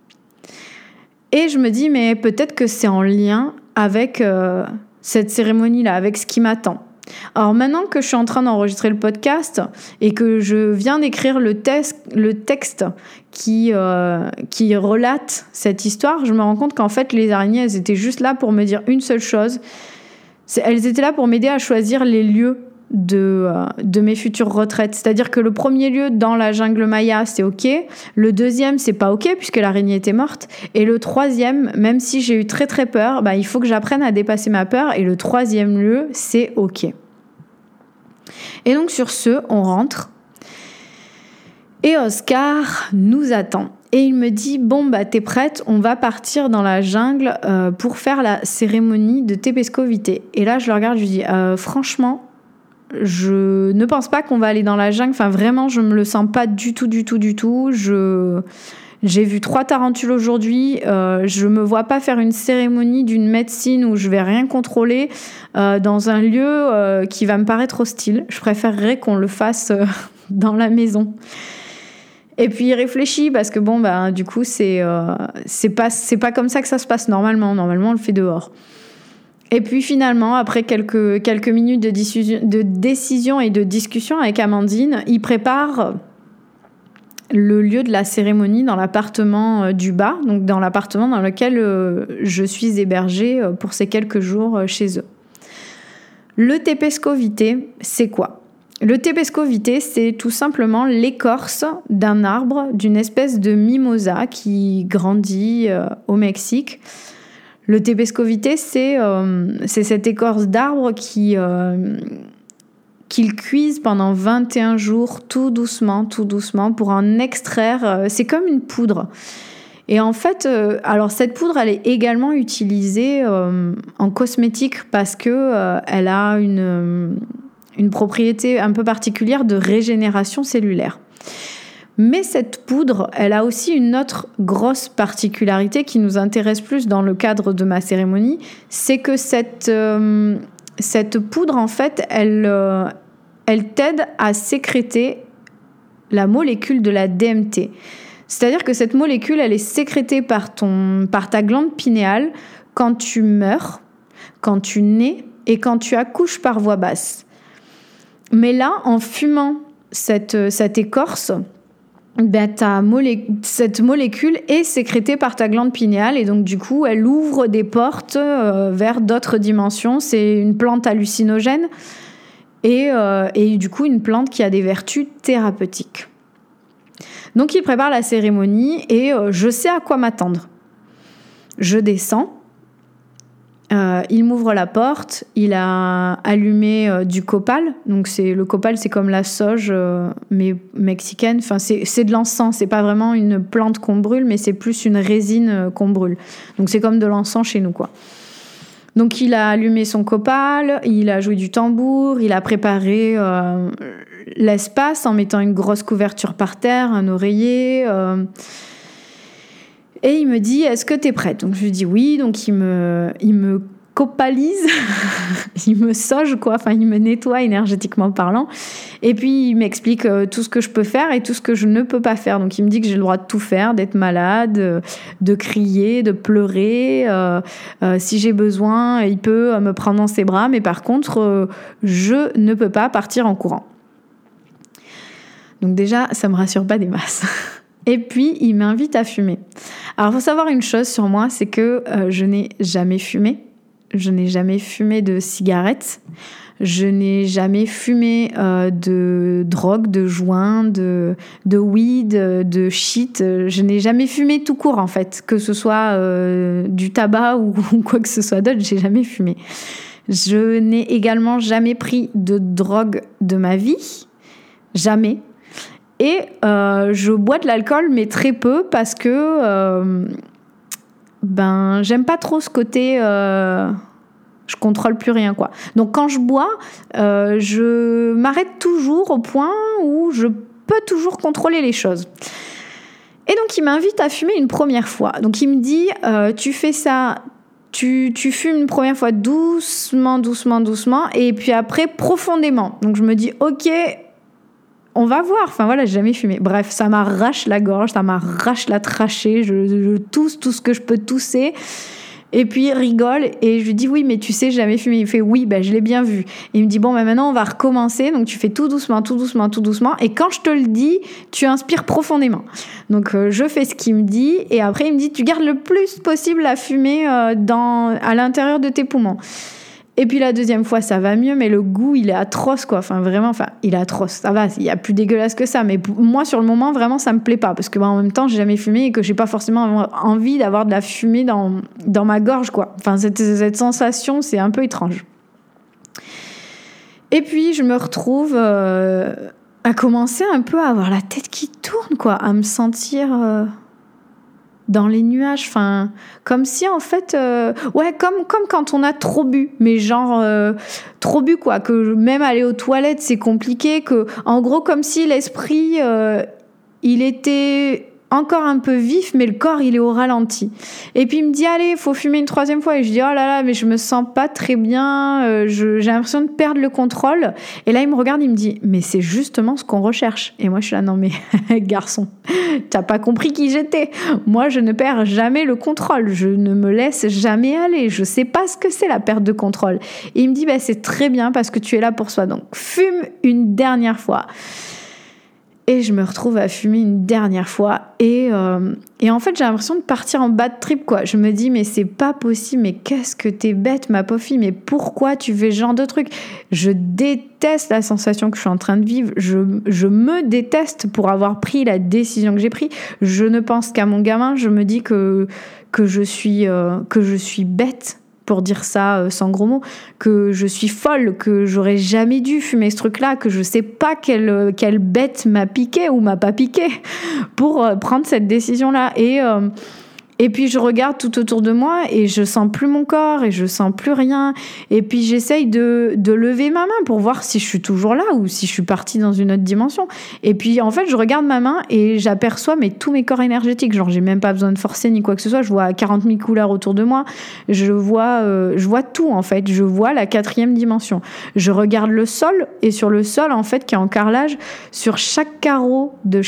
Et je me dis, mais peut-être que c'est en lien avec cette cérémonie-là, avec ce qui m'attend. Alors maintenant que je suis en train d'enregistrer le podcast et que je viens d'écrire le texte qui relate cette histoire, je me rends compte qu'en fait les araignées, elles étaient juste là pour me dire une seule chose. Elles étaient là pour m'aider à choisir les lieux de mes futures retraites. C'est-à-dire que le premier lieu dans la jungle Maya, c'est ok. Le 2e, c'est pas ok puisque l'araignée était morte. Et le 3e, même si j'ai eu très très peur, il faut que j'apprenne à dépasser ma peur. Et le 3e lieu, c'est ok. Et donc sur ce, on rentre. Et Oscar nous attend. Et il me dit, bon, t'es prête, on va partir dans la jungle pour faire la cérémonie de tépescovité. Et là, je le regarde, je lui dis, franchement, je ne pense pas qu'on va aller dans la jungle. Enfin, vraiment, je me le sens pas du tout. J'ai vu 3 tarentules aujourd'hui. Je me vois pas faire une cérémonie d'une médecine où je vais rien contrôler dans un lieu qui va me paraître hostile. Je préférerais qu'on le fasse dans la maison. Et puis il réfléchit parce que du coup c'est pas comme ça que ça se passe normalement. Normalement on le fait dehors. Et puis finalement, après quelques minutes de décision et de discussion avec Amandine, il prépare le lieu de la cérémonie dans l'appartement du bas, donc dans l'appartement dans lequel je suis hébergée pour ces quelques jours chez eux. Le tépescovité, c'est quoi ? Le tépescovité, c'est tout simplement l'écorce d'un arbre, d'une espèce de mimosa qui grandit au Mexique. Le tépescovité, c'est cette écorce d'arbre qu'ils cuisent pendant 21 jours, tout doucement, pour en extraire. C'est comme une poudre. Et en fait, alors cette poudre, elle est également utilisée en cosmétique parce que elle a une propriété un peu particulière de régénération cellulaire. Mais cette poudre, elle a aussi une autre grosse particularité qui nous intéresse plus dans le cadre de ma cérémonie, c'est que cette poudre, en fait, elle t'aide à sécréter la molécule de la DMT. C'est-à-dire que cette molécule, elle est sécrétée par ta glande pinéale quand tu meurs, quand tu nais et quand tu accouches par voie basse. Mais là, en fumant cette écorce, cette molécule est sécrétée par ta glande pinéale et donc du coup, elle ouvre des portes vers d'autres dimensions. C'est une plante hallucinogène et du coup, une plante qui a des vertus thérapeutiques. Donc il prépare la cérémonie et je sais à quoi m'attendre. Je descends. Il m'ouvre la porte, il a allumé du copal, donc le copal c'est comme la sauge mais mexicaine, enfin c'est de l'encens, c'est pas vraiment une plante qu'on brûle mais c'est plus une résine qu'on brûle, donc c'est comme de l'encens chez nous quoi. Donc il a allumé son copal, il a joué du tambour, il a préparé l'espace en mettant une grosse couverture par terre, un oreiller et il me dit, est-ce que t'es prête? Donc je lui dis oui, donc il me copalise, il me sauge quoi, enfin il me nettoie énergétiquement parlant, et puis il m'explique tout ce que je peux faire et tout ce que je ne peux pas faire. Donc il me dit que j'ai le droit de tout faire, d'être malade, de crier, de pleurer, si j'ai besoin, il peut me prendre dans ses bras, mais par contre je ne peux pas partir en courant. Donc déjà ça me rassure pas des masses. Et puis, il m'invite à fumer. Alors, il faut savoir une chose sur moi, c'est que je n'ai jamais fumé. Je n'ai jamais fumé de cigarettes. Je n'ai jamais fumé de drogue, de joint, de weed, de shit. Je n'ai jamais fumé tout court, en fait. Que ce soit du tabac ou quoi que ce soit d'autre, j'ai jamais fumé. Je n'ai également jamais pris de drogue de ma vie. Jamais. Et je bois de l'alcool, mais très peu, parce que j'aime pas trop ce côté... je contrôle plus rien, quoi. Donc quand je bois, je m'arrête toujours au point où je peux toujours contrôler les choses. Et donc il m'invite à fumer une première fois. Donc il me dit, tu fais ça... Tu fumes une première fois doucement, et puis après profondément. Donc je me dis, ok... On va voir, enfin voilà, j'ai jamais fumé. Bref, ça m'arrache la gorge, ça m'arrache la trachée, je tousse tout ce que je peux tousser. Et puis il rigole et je lui dis oui, mais tu sais, j'ai jamais fumé. Il fait oui, je l'ai bien vu. Et il me dit bon, maintenant on va recommencer. Donc tu fais tout doucement. Et quand je te le dis, tu inspires profondément. Donc je fais ce qu'il me dit et après il me dit tu gardes le plus possible la fumée à l'intérieur de tes poumons. Et puis la deuxième fois, ça va mieux, mais le goût, il est atroce, quoi. Enfin, vraiment, il est atroce. Ça va, il y a plus dégueulasse que ça. Mais moi, sur le moment, vraiment, ça me plaît pas. Parce que, en même temps, j'ai jamais fumé et que j'ai pas forcément envie d'avoir de la fumée dans ma gorge, quoi. Enfin, cette sensation, c'est un peu étrange. Et puis, je me retrouve à commencer un peu à avoir la tête qui tourne, quoi. À me sentir... dans les nuages, enfin, comme si en fait, comme quand on a trop bu, mais genre trop bu quoi, que même aller aux toilettes c'est compliqué, que en gros comme si l'esprit il était encore un peu vif, mais le corps il est au ralenti. Et puis il me dit allez, faut fumer une troisième fois, et je dis oh là là, mais je me sens pas très bien, j'ai l'impression de perdre le contrôle. Et là il me regarde, il me dit mais c'est justement ce qu'on recherche. Et moi je suis là non mais garçon, t'as pas compris qui j'étais. Moi je ne perds jamais le contrôle, je ne me laisse jamais aller, je sais pas ce que c'est la perte de contrôle. Et il me dit c'est très bien parce que tu es là pour soi, donc fume une dernière fois. Et je me retrouve à fumer une dernière fois. Et en fait, j'ai l'impression de partir en bad trip, quoi. Je me dis, mais c'est pas possible. Mais qu'est-ce que t'es bête, ma pauvre fille. Mais pourquoi tu fais ce genre de truc? Je déteste la sensation que je suis en train de vivre. Je me déteste pour avoir pris la décision que j'ai prise. Je ne pense qu'à mon gamin. Je me dis que je suis bête, pour dire ça sans gros mots, que je suis folle, que j'aurais jamais dû fumer ce truc-là, que je sais pas quelle bête m'a piqué ou m'a pas piqué pour prendre cette décision-là. Et puis je regarde tout autour de moi et je sens plus mon corps et je sens plus rien. Et puis j'essaye de lever ma main pour voir si je suis toujours là ou si je suis partie dans une autre dimension. Et puis en fait je regarde ma main et j'aperçois tous mes corps énergétiques. Genre j'ai même pas besoin de forcer ni quoi que ce soit. Je vois 40 000 couleurs autour de moi. Je vois tout en fait. Je vois la 4e dimension. Je regarde le sol et sur le sol en fait qui est en carrelage, sur chaque carreau de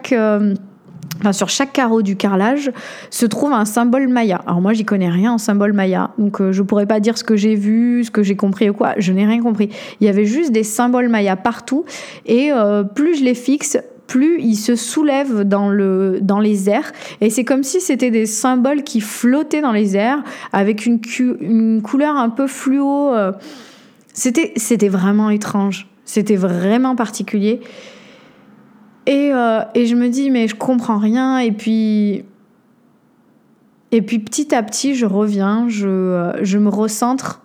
sur chaque carreau du carrelage se trouve un symbole maya. Alors moi, j'y connais rien en symbole maya, donc je pourrais pas dire ce que j'ai vu, ce que j'ai compris ou quoi. Je n'ai rien compris. Il y avait juste des symboles maya partout, et plus je les fixe, plus ils se soulèvent dans les airs. Et c'est comme si c'était des symboles qui flottaient dans les airs avec une couleur un peu fluo. C'était vraiment étrange. C'était vraiment particulier. Et je me dis, mais je comprends rien. Et puis petit à petit, je reviens, je me recentre.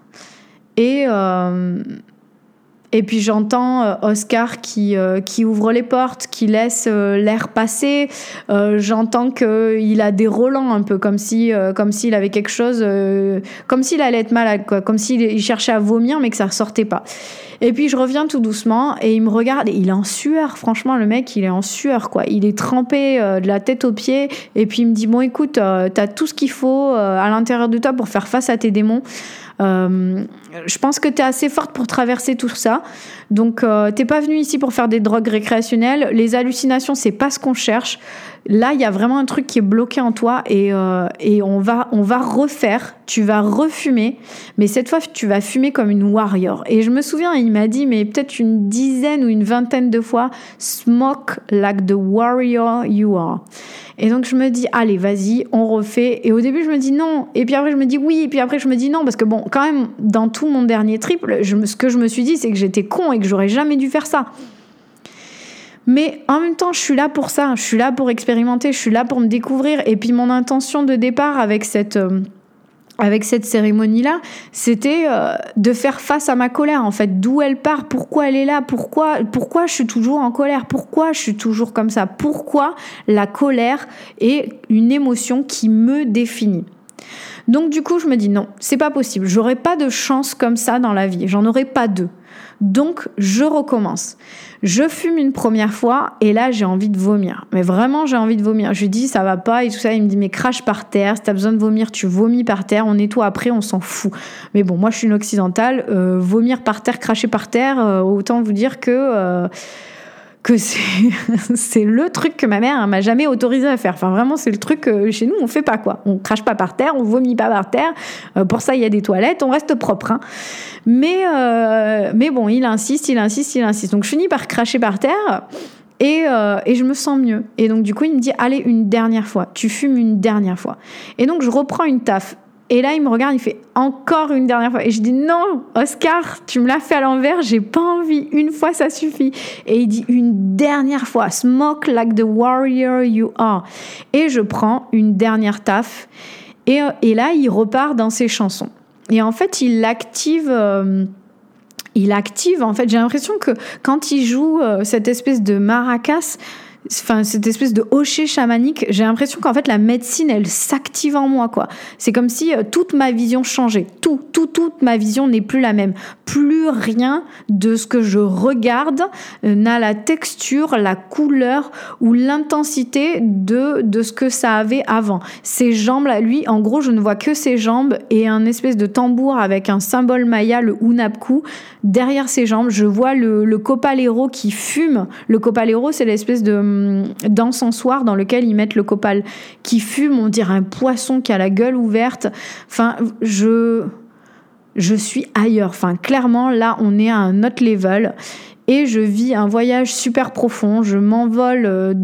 Et puis j'entends Oscar qui ouvre les portes, qui laisse l'air passer. J'entends qu'il a des relents un peu, comme s'il avait quelque chose, comme s'il allait être malade, quoi, comme s'il cherchait à vomir mais que ça ressortait pas. Et puis je reviens tout doucement et il me regarde et il est en sueur. Franchement, le mec, il est en sueur, quoi. Il est trempé de la tête aux pieds. Et puis il me dit, bon, écoute, t'as tout ce qu'il faut à l'intérieur de toi pour faire face à tes démons. Je pense que t'es assez forte pour traverser tout ça. Donc t'es pas venue ici pour faire des drogues récréationnelles. Les hallucinations, c'est pas ce qu'on cherche. Là, il y a vraiment un truc qui est bloqué en toi et on va refaire. Tu vas refumer, mais cette fois, tu vas fumer comme une warrior. Et je me souviens, il m'a dit, mais peut-être une dizaine ou une vingtaine de fois, smoke like the warrior you are. Et donc je me dis, allez, vas-y, on refait. Et au début, je me dis non. Et puis après, je me dis oui. Et puis après, je me dis non. Parce que bon, quand même, dans tout mon dernier trip, ce que je me suis dit, c'est que j'étais con et que j'aurais jamais dû faire ça. Mais en même temps, je suis là pour ça. Je suis là pour expérimenter. Je suis là pour me découvrir. Et puis mon intention de départ avec cette cérémonie-là, c'était de faire face à ma colère, en fait. D'où elle part, pourquoi elle est là, pourquoi je suis toujours en colère, pourquoi je suis toujours comme ça, pourquoi la colère est une émotion qui me définit. Donc du coup, je me dis non, c'est pas possible. J'aurai pas de chance comme ça dans la vie. J'en aurai pas deux. Donc, je recommence. Je fume une première fois et là, j'ai envie de vomir. Mais vraiment, j'ai envie de vomir. Je lui dis, ça va pas et tout ça. Il me dit, mais crache par terre. Si t'as besoin de vomir, tu vomis par terre. On nettoie après, on s'en fout. Mais bon, moi, je suis une occidentale. Vomir par terre, cracher par terre, autant vous dire que c'est le truc que ma mère m'a jamais autorisé à faire. Enfin, vraiment, c'est le truc que chez nous, on fait pas, quoi. On crache pas par terre, on vomit pas par terre. Pour ça, il y a des toilettes, on reste propre, hein. Mais bon, il insiste. Donc, je finis par cracher par terre et je me sens mieux. Et donc, du coup, il me dit, allez, une dernière fois. Tu fumes une dernière fois. Et donc, je reprends une taf. Et là, il me regarde, il fait encore une dernière fois. Et je dis non, Oscar, tu me l'as fait à l'envers, j'ai pas envie. Une fois, ça suffit. Et il dit une dernière fois, smoke like the warrior you are. Et je prends une dernière taf. Et là, il repart dans ses chansons. Et en fait, il active, en fait, j'ai l'impression que quand il joue cette espèce de maracas, enfin cette espèce de hocher chamanique, j'ai l'impression qu'en fait la médecine elle s'active en moi, quoi. C'est comme si toute ma vision changeait, toute ma vision n'est plus la même, plus rien de ce que je regarde n'a la texture, la couleur ou l'intensité de ce que ça avait avant. Ses jambes là, lui, en gros, je ne vois que ses jambes et un espèce de tambour avec un symbole maya, le unapku, derrière ses jambes. Je vois le copalero qui fume. Le copalero, c'est l'espèce d'encensoir dans lequel ils mettent le copal qui fume, on dirait un poisson qui a la gueule ouverte. Enfin, je suis ailleurs. Enfin, clairement, là, on est à un autre level et je vis un voyage super profond. Je m'envole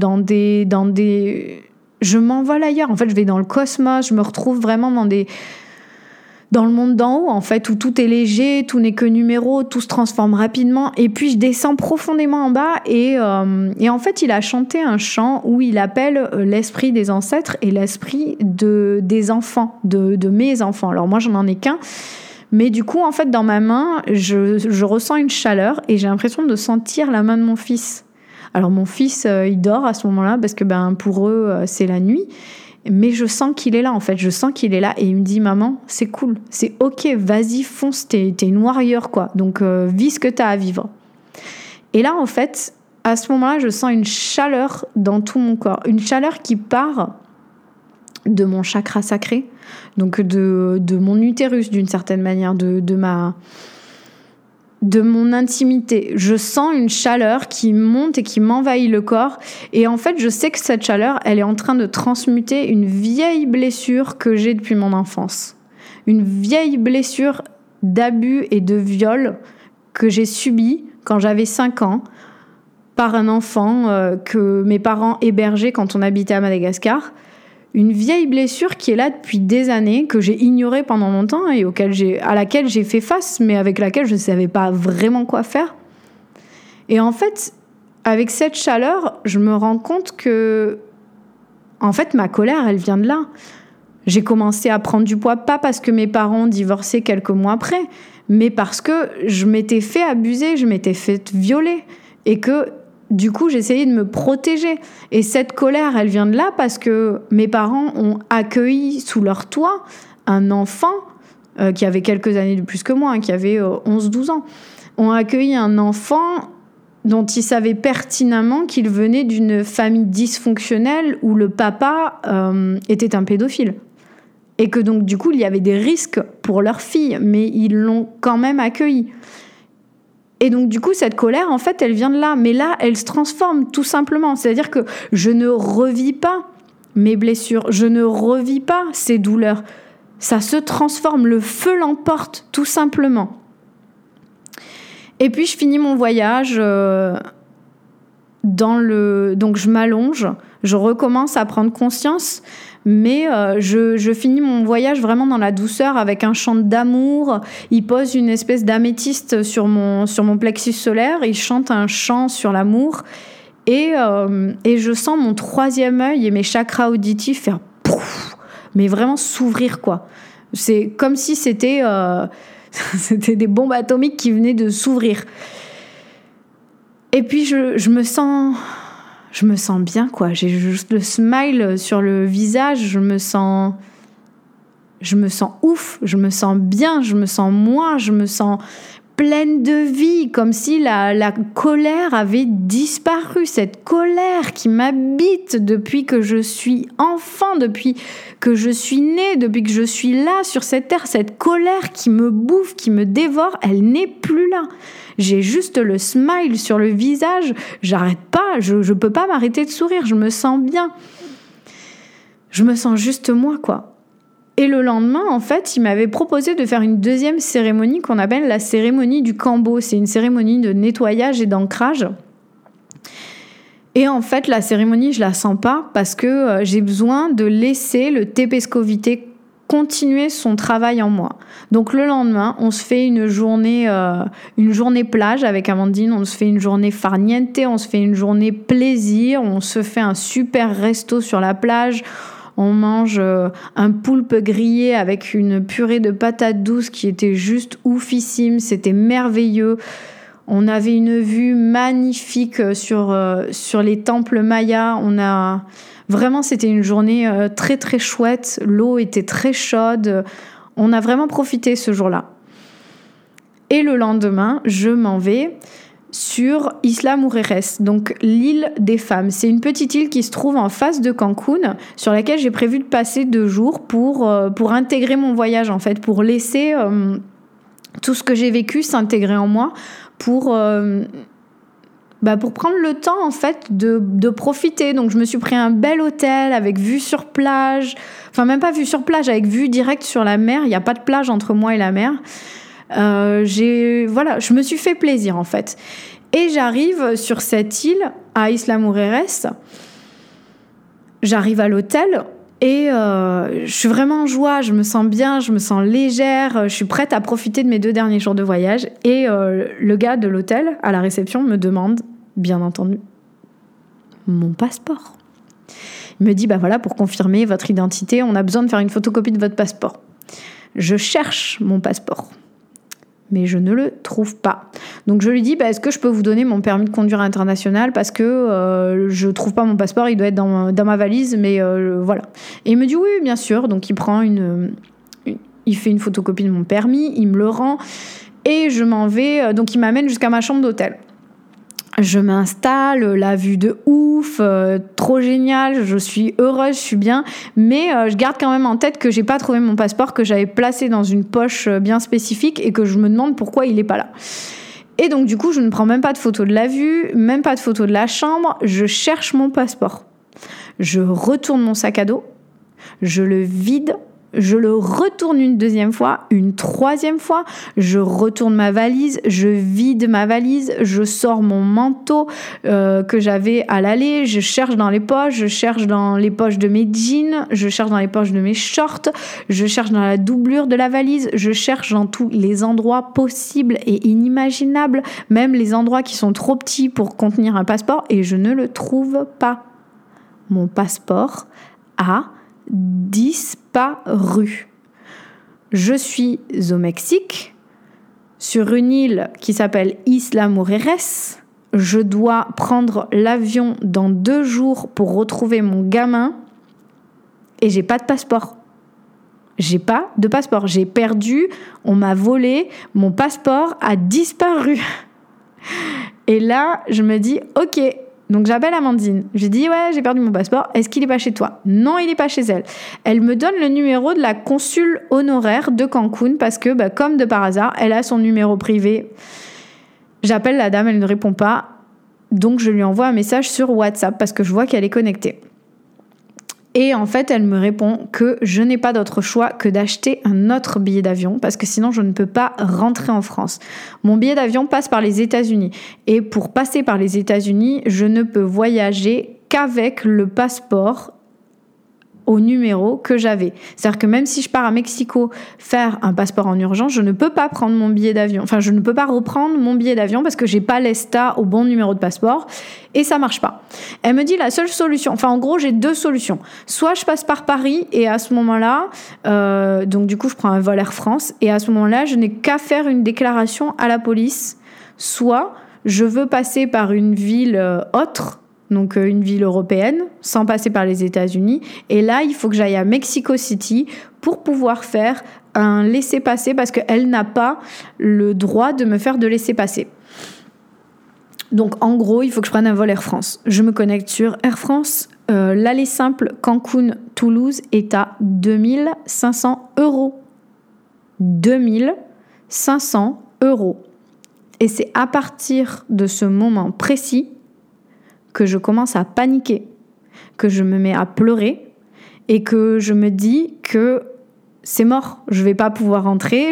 je m'envole ailleurs. En fait, je vais dans le cosmos. Je me retrouve vraiment dans le monde d'en haut, en fait, où tout est léger, tout n'est que numéro, tout se transforme rapidement. Et puis, je descends profondément en bas et en fait, il a chanté un chant où il appelle l'esprit des ancêtres et l'esprit des enfants, de mes enfants. Alors, moi, j'en ai qu'un. Mais du coup, en fait, dans ma main, je ressens une chaleur et j'ai l'impression de sentir la main de mon fils. Alors, mon fils, il dort à ce moment-là parce que pour eux, c'est la nuit. Mais je sens qu'il est là, en fait. Je sens qu'il est là et il me dit, maman, c'est cool, c'est ok, vas-y, fonce, t'es une warrior, quoi. Donc, vis ce que t'as à vivre. Et là, en fait, à ce moment-là, je sens une chaleur dans tout mon corps. Une chaleur qui part de mon chakra sacré, donc de mon utérus, d'une certaine manière, de mon intimité. Je sens une chaleur qui monte et qui m'envahit le corps. Et en fait, je sais que cette chaleur, elle est en train de transmuter une vieille blessure que j'ai depuis mon enfance. Une vieille blessure d'abus et de viol que j'ai subie quand j'avais 5 ans par un enfant que mes parents hébergeaient quand on habitait à Madagascar. Une vieille blessure qui est là depuis des années, que j'ai ignorée pendant longtemps et à laquelle j'ai fait face, mais avec laquelle je ne savais pas vraiment quoi faire. Et en fait, avec cette chaleur, je me rends compte que, en fait, ma colère, elle vient de là. J'ai commencé à prendre du poids, pas parce que mes parents ont divorcé quelques mois après, mais parce que je m'étais fait abuser, je m'étais fait violer. Et que, du coup, j'essayais de me protéger. Et cette colère, elle vient de là parce que mes parents ont accueilli sous leur toit un enfant qui avait quelques années de plus que moi, qui avait 11-12 ans. Ont accueilli un enfant dont ils savaient pertinemment qu'il venait d'une famille dysfonctionnelle où le papa était un pédophile. Et que donc, du coup, il y avait des risques pour leur fille, mais ils l'ont quand même accueilli. Et donc, du coup, cette colère, en fait, elle vient de là. Mais là, elle se transforme, tout simplement. C'est-à-dire que je ne revis pas mes blessures, je ne revis pas ces douleurs. Ça se transforme, le feu l'emporte, tout simplement. Et puis, je finis mon voyage donc je m'allonge, je recommence à prendre conscience, mais je finis mon voyage vraiment dans la douceur avec un chant d'amour. Il pose une espèce d'améthyste sur mon plexus solaire, il chante un chant sur l'amour et je sens mon troisième œil et mes chakras auditifs faire pouf, mais vraiment s'ouvrir, quoi. C'est comme si c'était des bombes atomiques qui venaient de s'ouvrir. Et puis je me sens bien, quoi. J'ai juste le smile sur le visage, je me sens ouf, je me sens bien, je me sens moi, je me sens pleine de vie, comme si la colère avait disparu, cette colère qui m'habite depuis que je suis enfant, depuis que je suis née, depuis que je suis là sur cette terre, cette colère qui me bouffe, qui me dévore, elle n'est plus là. J'ai juste le smile sur le visage, j'arrête pas, je peux pas m'arrêter de sourire, je me sens bien. Je me sens juste moi, quoi. Et le lendemain, en fait, il m'avait proposé de faire une deuxième cérémonie qu'on appelle la cérémonie du Kambo. C'est une cérémonie de nettoyage et d'ancrage. Et en fait, la cérémonie, je la sens pas parce que j'ai besoin de laisser le Tepesco-Vité continuer son travail en moi. Donc le lendemain, on se fait une journée plage avec Amandine, on se fait une journée farniente, on se fait une journée plaisir, on se fait un super resto sur la plage. On mange un poulpe grillé avec une purée de patates douces qui était juste oufissime. C'était merveilleux. On avait une vue magnifique sur les temples mayas. Vraiment, c'était une journée très très chouette. L'eau était très chaude. On a vraiment profité ce jour-là. Et le lendemain, je m'en vais sur Isla Mujeres, donc l'île des femmes. C'est une petite île qui se trouve en face de Cancun, sur laquelle j'ai prévu de passer 2 jours pour intégrer mon voyage, en fait, pour laisser tout ce que j'ai vécu s'intégrer en moi, pour prendre le temps, en fait, de profiter. Donc je me suis pris un bel hôtel avec vue sur plage, enfin même pas vue sur plage, avec vue directe sur la mer. Il n'y a pas de plage entre moi et la mer. Je me suis fait plaisir, en fait. Et j'arrive sur cette île à Isla Mujeres. J'arrive à l'hôtel et je suis vraiment en joie, je me sens bien, je me sens légère, je suis prête à profiter de mes 2 derniers jours de voyage. Et le gars de l'hôtel, à la réception, me demande, bien entendu, mon passeport. Il me dit, voilà, pour confirmer votre identité, on a besoin de faire une photocopie de votre passeport. Je cherche mon passeport, mais je ne le trouve pas. Donc je lui dis, est-ce que je peux vous donner mon permis de conduire international parce que je trouve pas mon passeport, il doit être dans ma valise, mais voilà. Et il me dit oui, bien sûr. Donc il prend il fait une photocopie de mon permis, il me le rend et je m'en vais. Donc il m'amène jusqu'à ma chambre d'hôtel. Je m'installe, la vue de ouf, trop génial, je suis heureuse, je suis bien, mais je garde quand même en tête que j'ai pas trouvé mon passeport, que j'avais placé dans une poche bien spécifique et que je me demande pourquoi il est pas là. Et donc du coup, je ne prends même pas de photo de la vue, même pas de photo de la chambre, je cherche mon passeport. Je retourne mon sac à dos, je le vide, Je le retourne une deuxième fois, une troisième fois. Je retourne ma valise, je vide ma valise, je sors mon manteau que j'avais à l'aller. Je cherche dans les poches, je cherche dans les poches de mes jeans, je cherche dans les poches de mes shorts, je cherche dans la doublure de la valise, je cherche dans tous les endroits possibles et inimaginables, même les endroits qui sont trop petits pour contenir un passeport, et je ne le trouve pas. Mon passeport a disparu. Je suis au Mexique, sur une île qui s'appelle Isla Mujeres. Je dois prendre l'avion dans 2 jours pour retrouver mon gamin et j'ai pas de passeport. J'ai pas de passeport. J'ai perdu, on m'a volé, mon passeport a disparu. Et là, je me dis, ok. Donc j'appelle Amandine, je lui dis ouais, j'ai perdu mon passeport, est-ce qu'il est pas chez toi? Non, il est pas chez elle. Elle me donne le numéro de la consule honoraire de Cancun parce que comme de par hasard, elle a son numéro privé. J'appelle la dame, elle ne répond pas. Donc je lui envoie un message sur WhatsApp parce que je vois qu'elle est connectée. Et en fait, elle me répond que je n'ai pas d'autre choix que d'acheter un autre billet d'avion parce que sinon, je ne peux pas rentrer en France. Mon billet d'avion passe par les États-Unis. Et pour passer par les États-Unis, je ne peux voyager qu'avec le passeport au numéro que j'avais. C'est-à-dire que même si je pars à Mexico faire un passeport en urgence, je ne peux pas prendre mon billet d'avion. Enfin, je ne peux pas reprendre mon billet d'avion parce que j'ai pas l'ESTA au bon numéro de passeport et ça marche pas. Elle me dit la seule solution, enfin en gros j'ai 2 solutions. Soit je passe par Paris et à ce moment-là, donc du coup je prends un vol Air France et à ce moment-là je n'ai qu'à faire une déclaration à la police. Soit je veux passer par une ville autre, donc une ville européenne, sans passer par les États-Unis. Et là, il faut que j'aille à Mexico City pour pouvoir faire un laissez-passer parce qu'elle n'a pas le droit de me faire de laissez-passer. Donc en gros, il faut que je prenne un vol Air France. Je me connecte sur Air France. L'aller simple Cancun-Toulouse est à 2500 €. 2500 €. Et c'est à partir de ce moment précis que je commence à paniquer, que je me mets à pleurer et que je me dis que c'est mort, je vais pas pouvoir rentrer.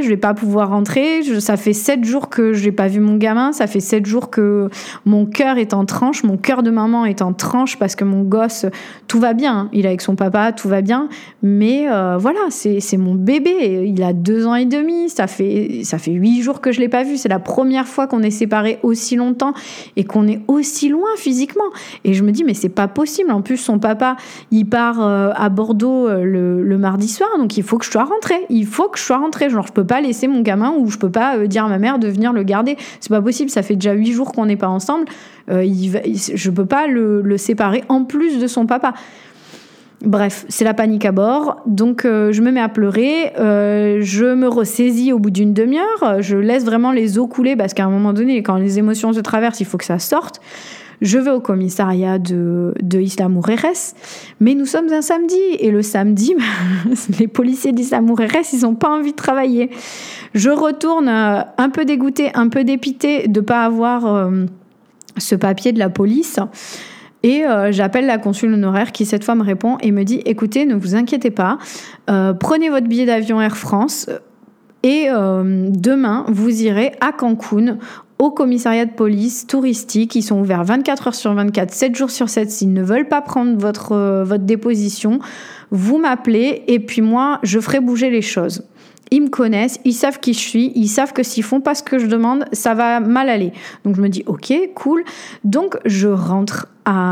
Ça fait 7 jours que je n'ai pas vu mon gamin, ça fait 7 jours que mon cœur est en tranche, mon cœur de maman est en tranche parce que mon gosse, tout va bien, hein. Il est avec son papa, tout va bien, mais voilà, c'est mon bébé, il a 2 ans et demi, ça fait 8 jours que je l'ai pas vu, c'est la première fois qu'on est séparés aussi longtemps et qu'on est aussi loin physiquement. Et je me dis mais c'est pas possible, en plus son papa, il part à Bordeaux le mardi soir, donc il faut que je sois rentrée. Genre, je peux pas laisser mon gamin ou je peux pas dire à ma mère de venir le garder. C'est pas possible, ça fait déjà 8 jours qu'on n'est pas ensemble. Je peux pas le séparer en plus de son papa. Bref, c'est la panique à bord. Donc, je me mets à pleurer. Je me ressaisis au bout d'une demi-heure. Je laisse vraiment les eaux couler parce qu'à un moment donné, quand les émotions se traversent, il faut que ça sorte. Je vais au commissariat de Isla Mujeres, mais nous sommes un samedi, et le samedi, les policiers d'Isla Mujeres, ils n'ont pas envie de travailler. Je retourne un peu dégoûtée, un peu dépitée de ne pas avoir ce papier de la police, et j'appelle la consule honoraire qui cette fois me répond et me dit « Écoutez, ne vous inquiétez pas, prenez votre billet d'avion Air France, et demain, vous irez à Cancun, au commissariat de police touristique. Ils sont ouverts 24 heures sur 24, 7 jours sur 7. S'ils ne veulent pas prendre votre déposition, vous m'appelez et puis moi, je ferai bouger les choses. Ils me connaissent, ils savent qui je suis, ils savent que s'ils font pas ce que je demande, ça va mal aller. Donc je me dis, ok, cool. Donc je rentre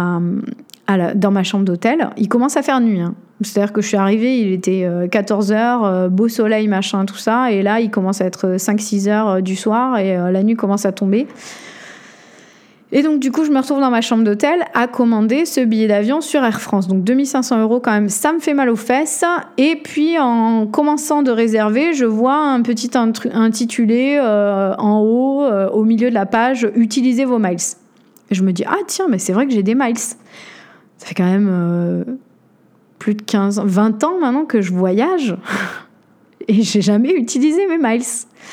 dans ma chambre d'hôtel. Il commence à faire nuit, hein. C'est-à-dire que je suis arrivée, il était 14h, beau soleil, machin, tout ça. Et là, il commence à être 5-6 heures du soir et la nuit commence à tomber. Et donc, du coup, je me retrouve dans ma chambre d'hôtel à commander ce billet d'avion sur Air France. Donc, 2500 € quand même, ça me fait mal aux fesses. Et puis, en commençant de réserver, je vois un petit intitulé en haut, au milieu de la page « Utilisez vos miles ». Et je me dis « Ah tiens, mais c'est vrai que j'ai des miles ». Ça fait quand même... plus de 20 ans maintenant que je voyage et j'ai jamais utilisé mes miles.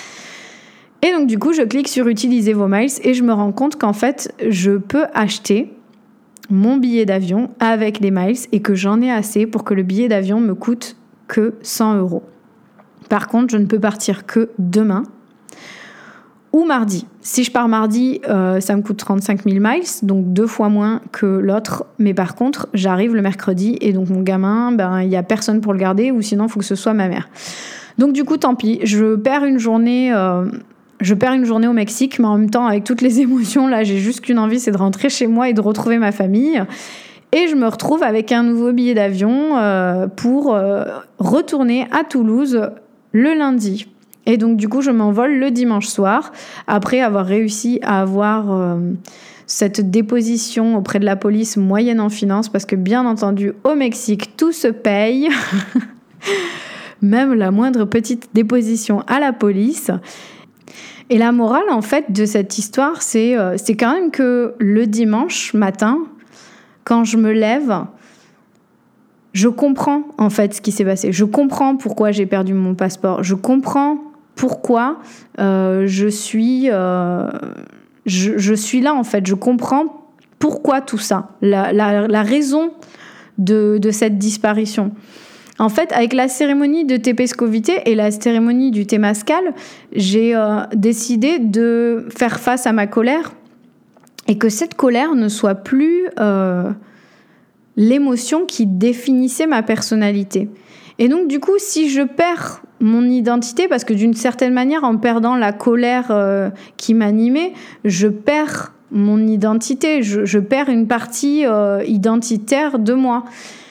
Et donc du coup, je clique sur utiliser vos miles et je me rends compte qu'en fait, je peux acheter mon billet d'avion avec les miles et que j'en ai assez pour que le billet d'avion me coûte que 100 €. Par contre, je ne peux partir que demain ou mardi. Si je pars mardi, ça me coûte 35 000 miles, donc 2 fois moins que l'autre. Mais par contre, j'arrive le mercredi et donc mon gamin, il n'y a personne pour le garder ou sinon, il faut que ce soit ma mère. Donc du coup, tant pis. Je perds une journée au Mexique, mais en même temps, avec toutes les émotions, là, j'ai juste qu'une envie, c'est de rentrer chez moi et de retrouver ma famille. Et je me retrouve avec un nouveau billet d'avion pour retourner à Toulouse le lundi. Et donc, du coup, je m'envole le dimanche soir, après avoir réussi à avoir cette déposition auprès de la police moyennant finance, parce que bien entendu, au Mexique, tout se paye, même la moindre petite déposition à la police. Et la morale, en fait, de cette histoire, c'est quand même que le dimanche matin, quand je me lève, je comprends, en fait, ce qui s'est passé. Je comprends pourquoi j'ai perdu mon passeport. Je comprends pourquoi je suis là, en fait. Je comprends pourquoi tout ça, la raison de cette disparition. En fait, avec la cérémonie de Tepescovité et la cérémonie du Temazcal, j'ai décidé de faire face à ma colère et que cette colère ne soit plus l'émotion qui définissait ma personnalité. Et donc, du coup, si je perds mon identité, parce que d'une certaine manière, en perdant la colère qui m'animait, je perds mon identité, je perds une partie identitaire de moi.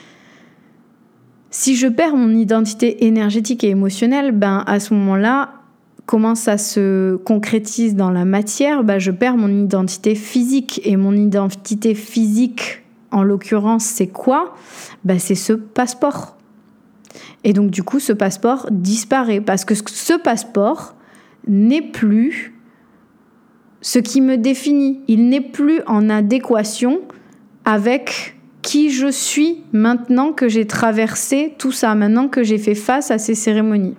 Si je perds mon identité énergétique et émotionnelle, à ce moment-là, comment ça se concrétise dans la matière ? Je perds mon identité physique. Et mon identité physique, en l'occurrence, c'est quoi ? C'est ce passeport. Et donc, du coup, ce passeport disparaît. Parce que ce passeport n'est plus ce qui me définit. Il n'est plus en adéquation avec qui je suis maintenant que j'ai traversé tout ça, maintenant que j'ai fait face à ces cérémonies.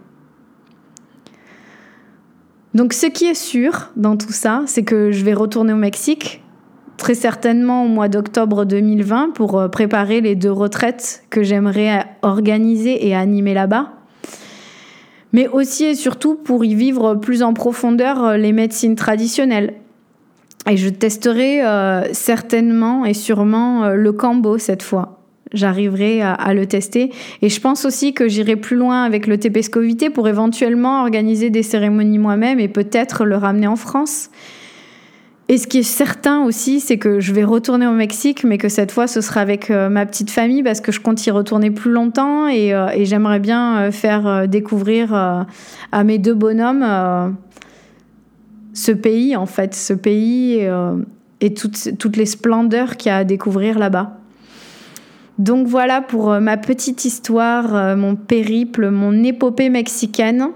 Donc ce qui est sûr dans tout ça, c'est que je vais retourner au Mexique, très certainement au mois d'octobre 2020, pour préparer les 2 retraites que j'aimerais organiser et animer là-bas. Mais aussi et surtout pour y vivre plus en profondeur les médecines traditionnelles. Et je testerai certainement et sûrement le Kambo cette fois. J'arriverai à le tester. Et je pense aussi que j'irai plus loin avec le Tepescovité pour éventuellement organiser des cérémonies moi-même et peut-être le ramener en France. Et ce qui est certain aussi, c'est que je vais retourner au Mexique, mais que cette fois, ce sera avec ma petite famille parce que je compte y retourner plus longtemps et j'aimerais bien faire découvrir à mes 2 bonhommes ce pays, en fait, et toutes les splendeurs qu'il y a à découvrir là-bas. Donc voilà pour ma petite histoire, mon périple, mon épopée mexicaine.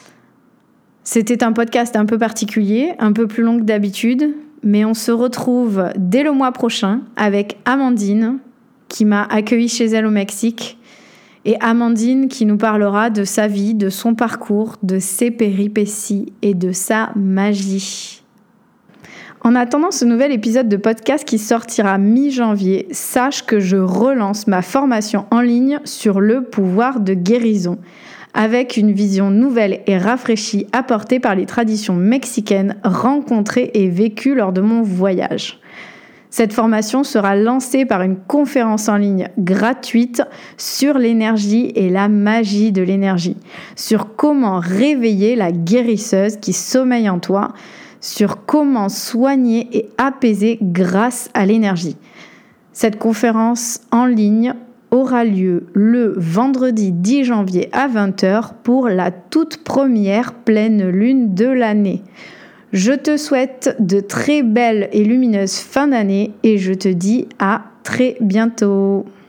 C'était un podcast un peu particulier, un peu plus long que d'habitude, mais on se retrouve dès le mois prochain avec Amandine, qui m'a accueillie chez elle au Mexique, et Amandine qui nous parlera de sa vie, de son parcours, de ses péripéties et de sa magie. En attendant ce nouvel épisode de podcast qui sortira mi-janvier, sache que je relance ma formation en ligne sur le pouvoir de guérison, avec une vision nouvelle et rafraîchie apportée par les traditions mexicaines rencontrées et vécues lors de mon voyage. Cette formation sera lancée par une conférence en ligne gratuite sur l'énergie et la magie de l'énergie, sur comment réveiller la guérisseuse qui sommeille en toi, sur comment soigner et apaiser grâce à l'énergie. Cette conférence en ligne aura lieu le vendredi 10 janvier à 20h pour la toute première pleine lune de l'année. Je te souhaite de très belles et lumineuses fins d'année et je te dis à très bientôt.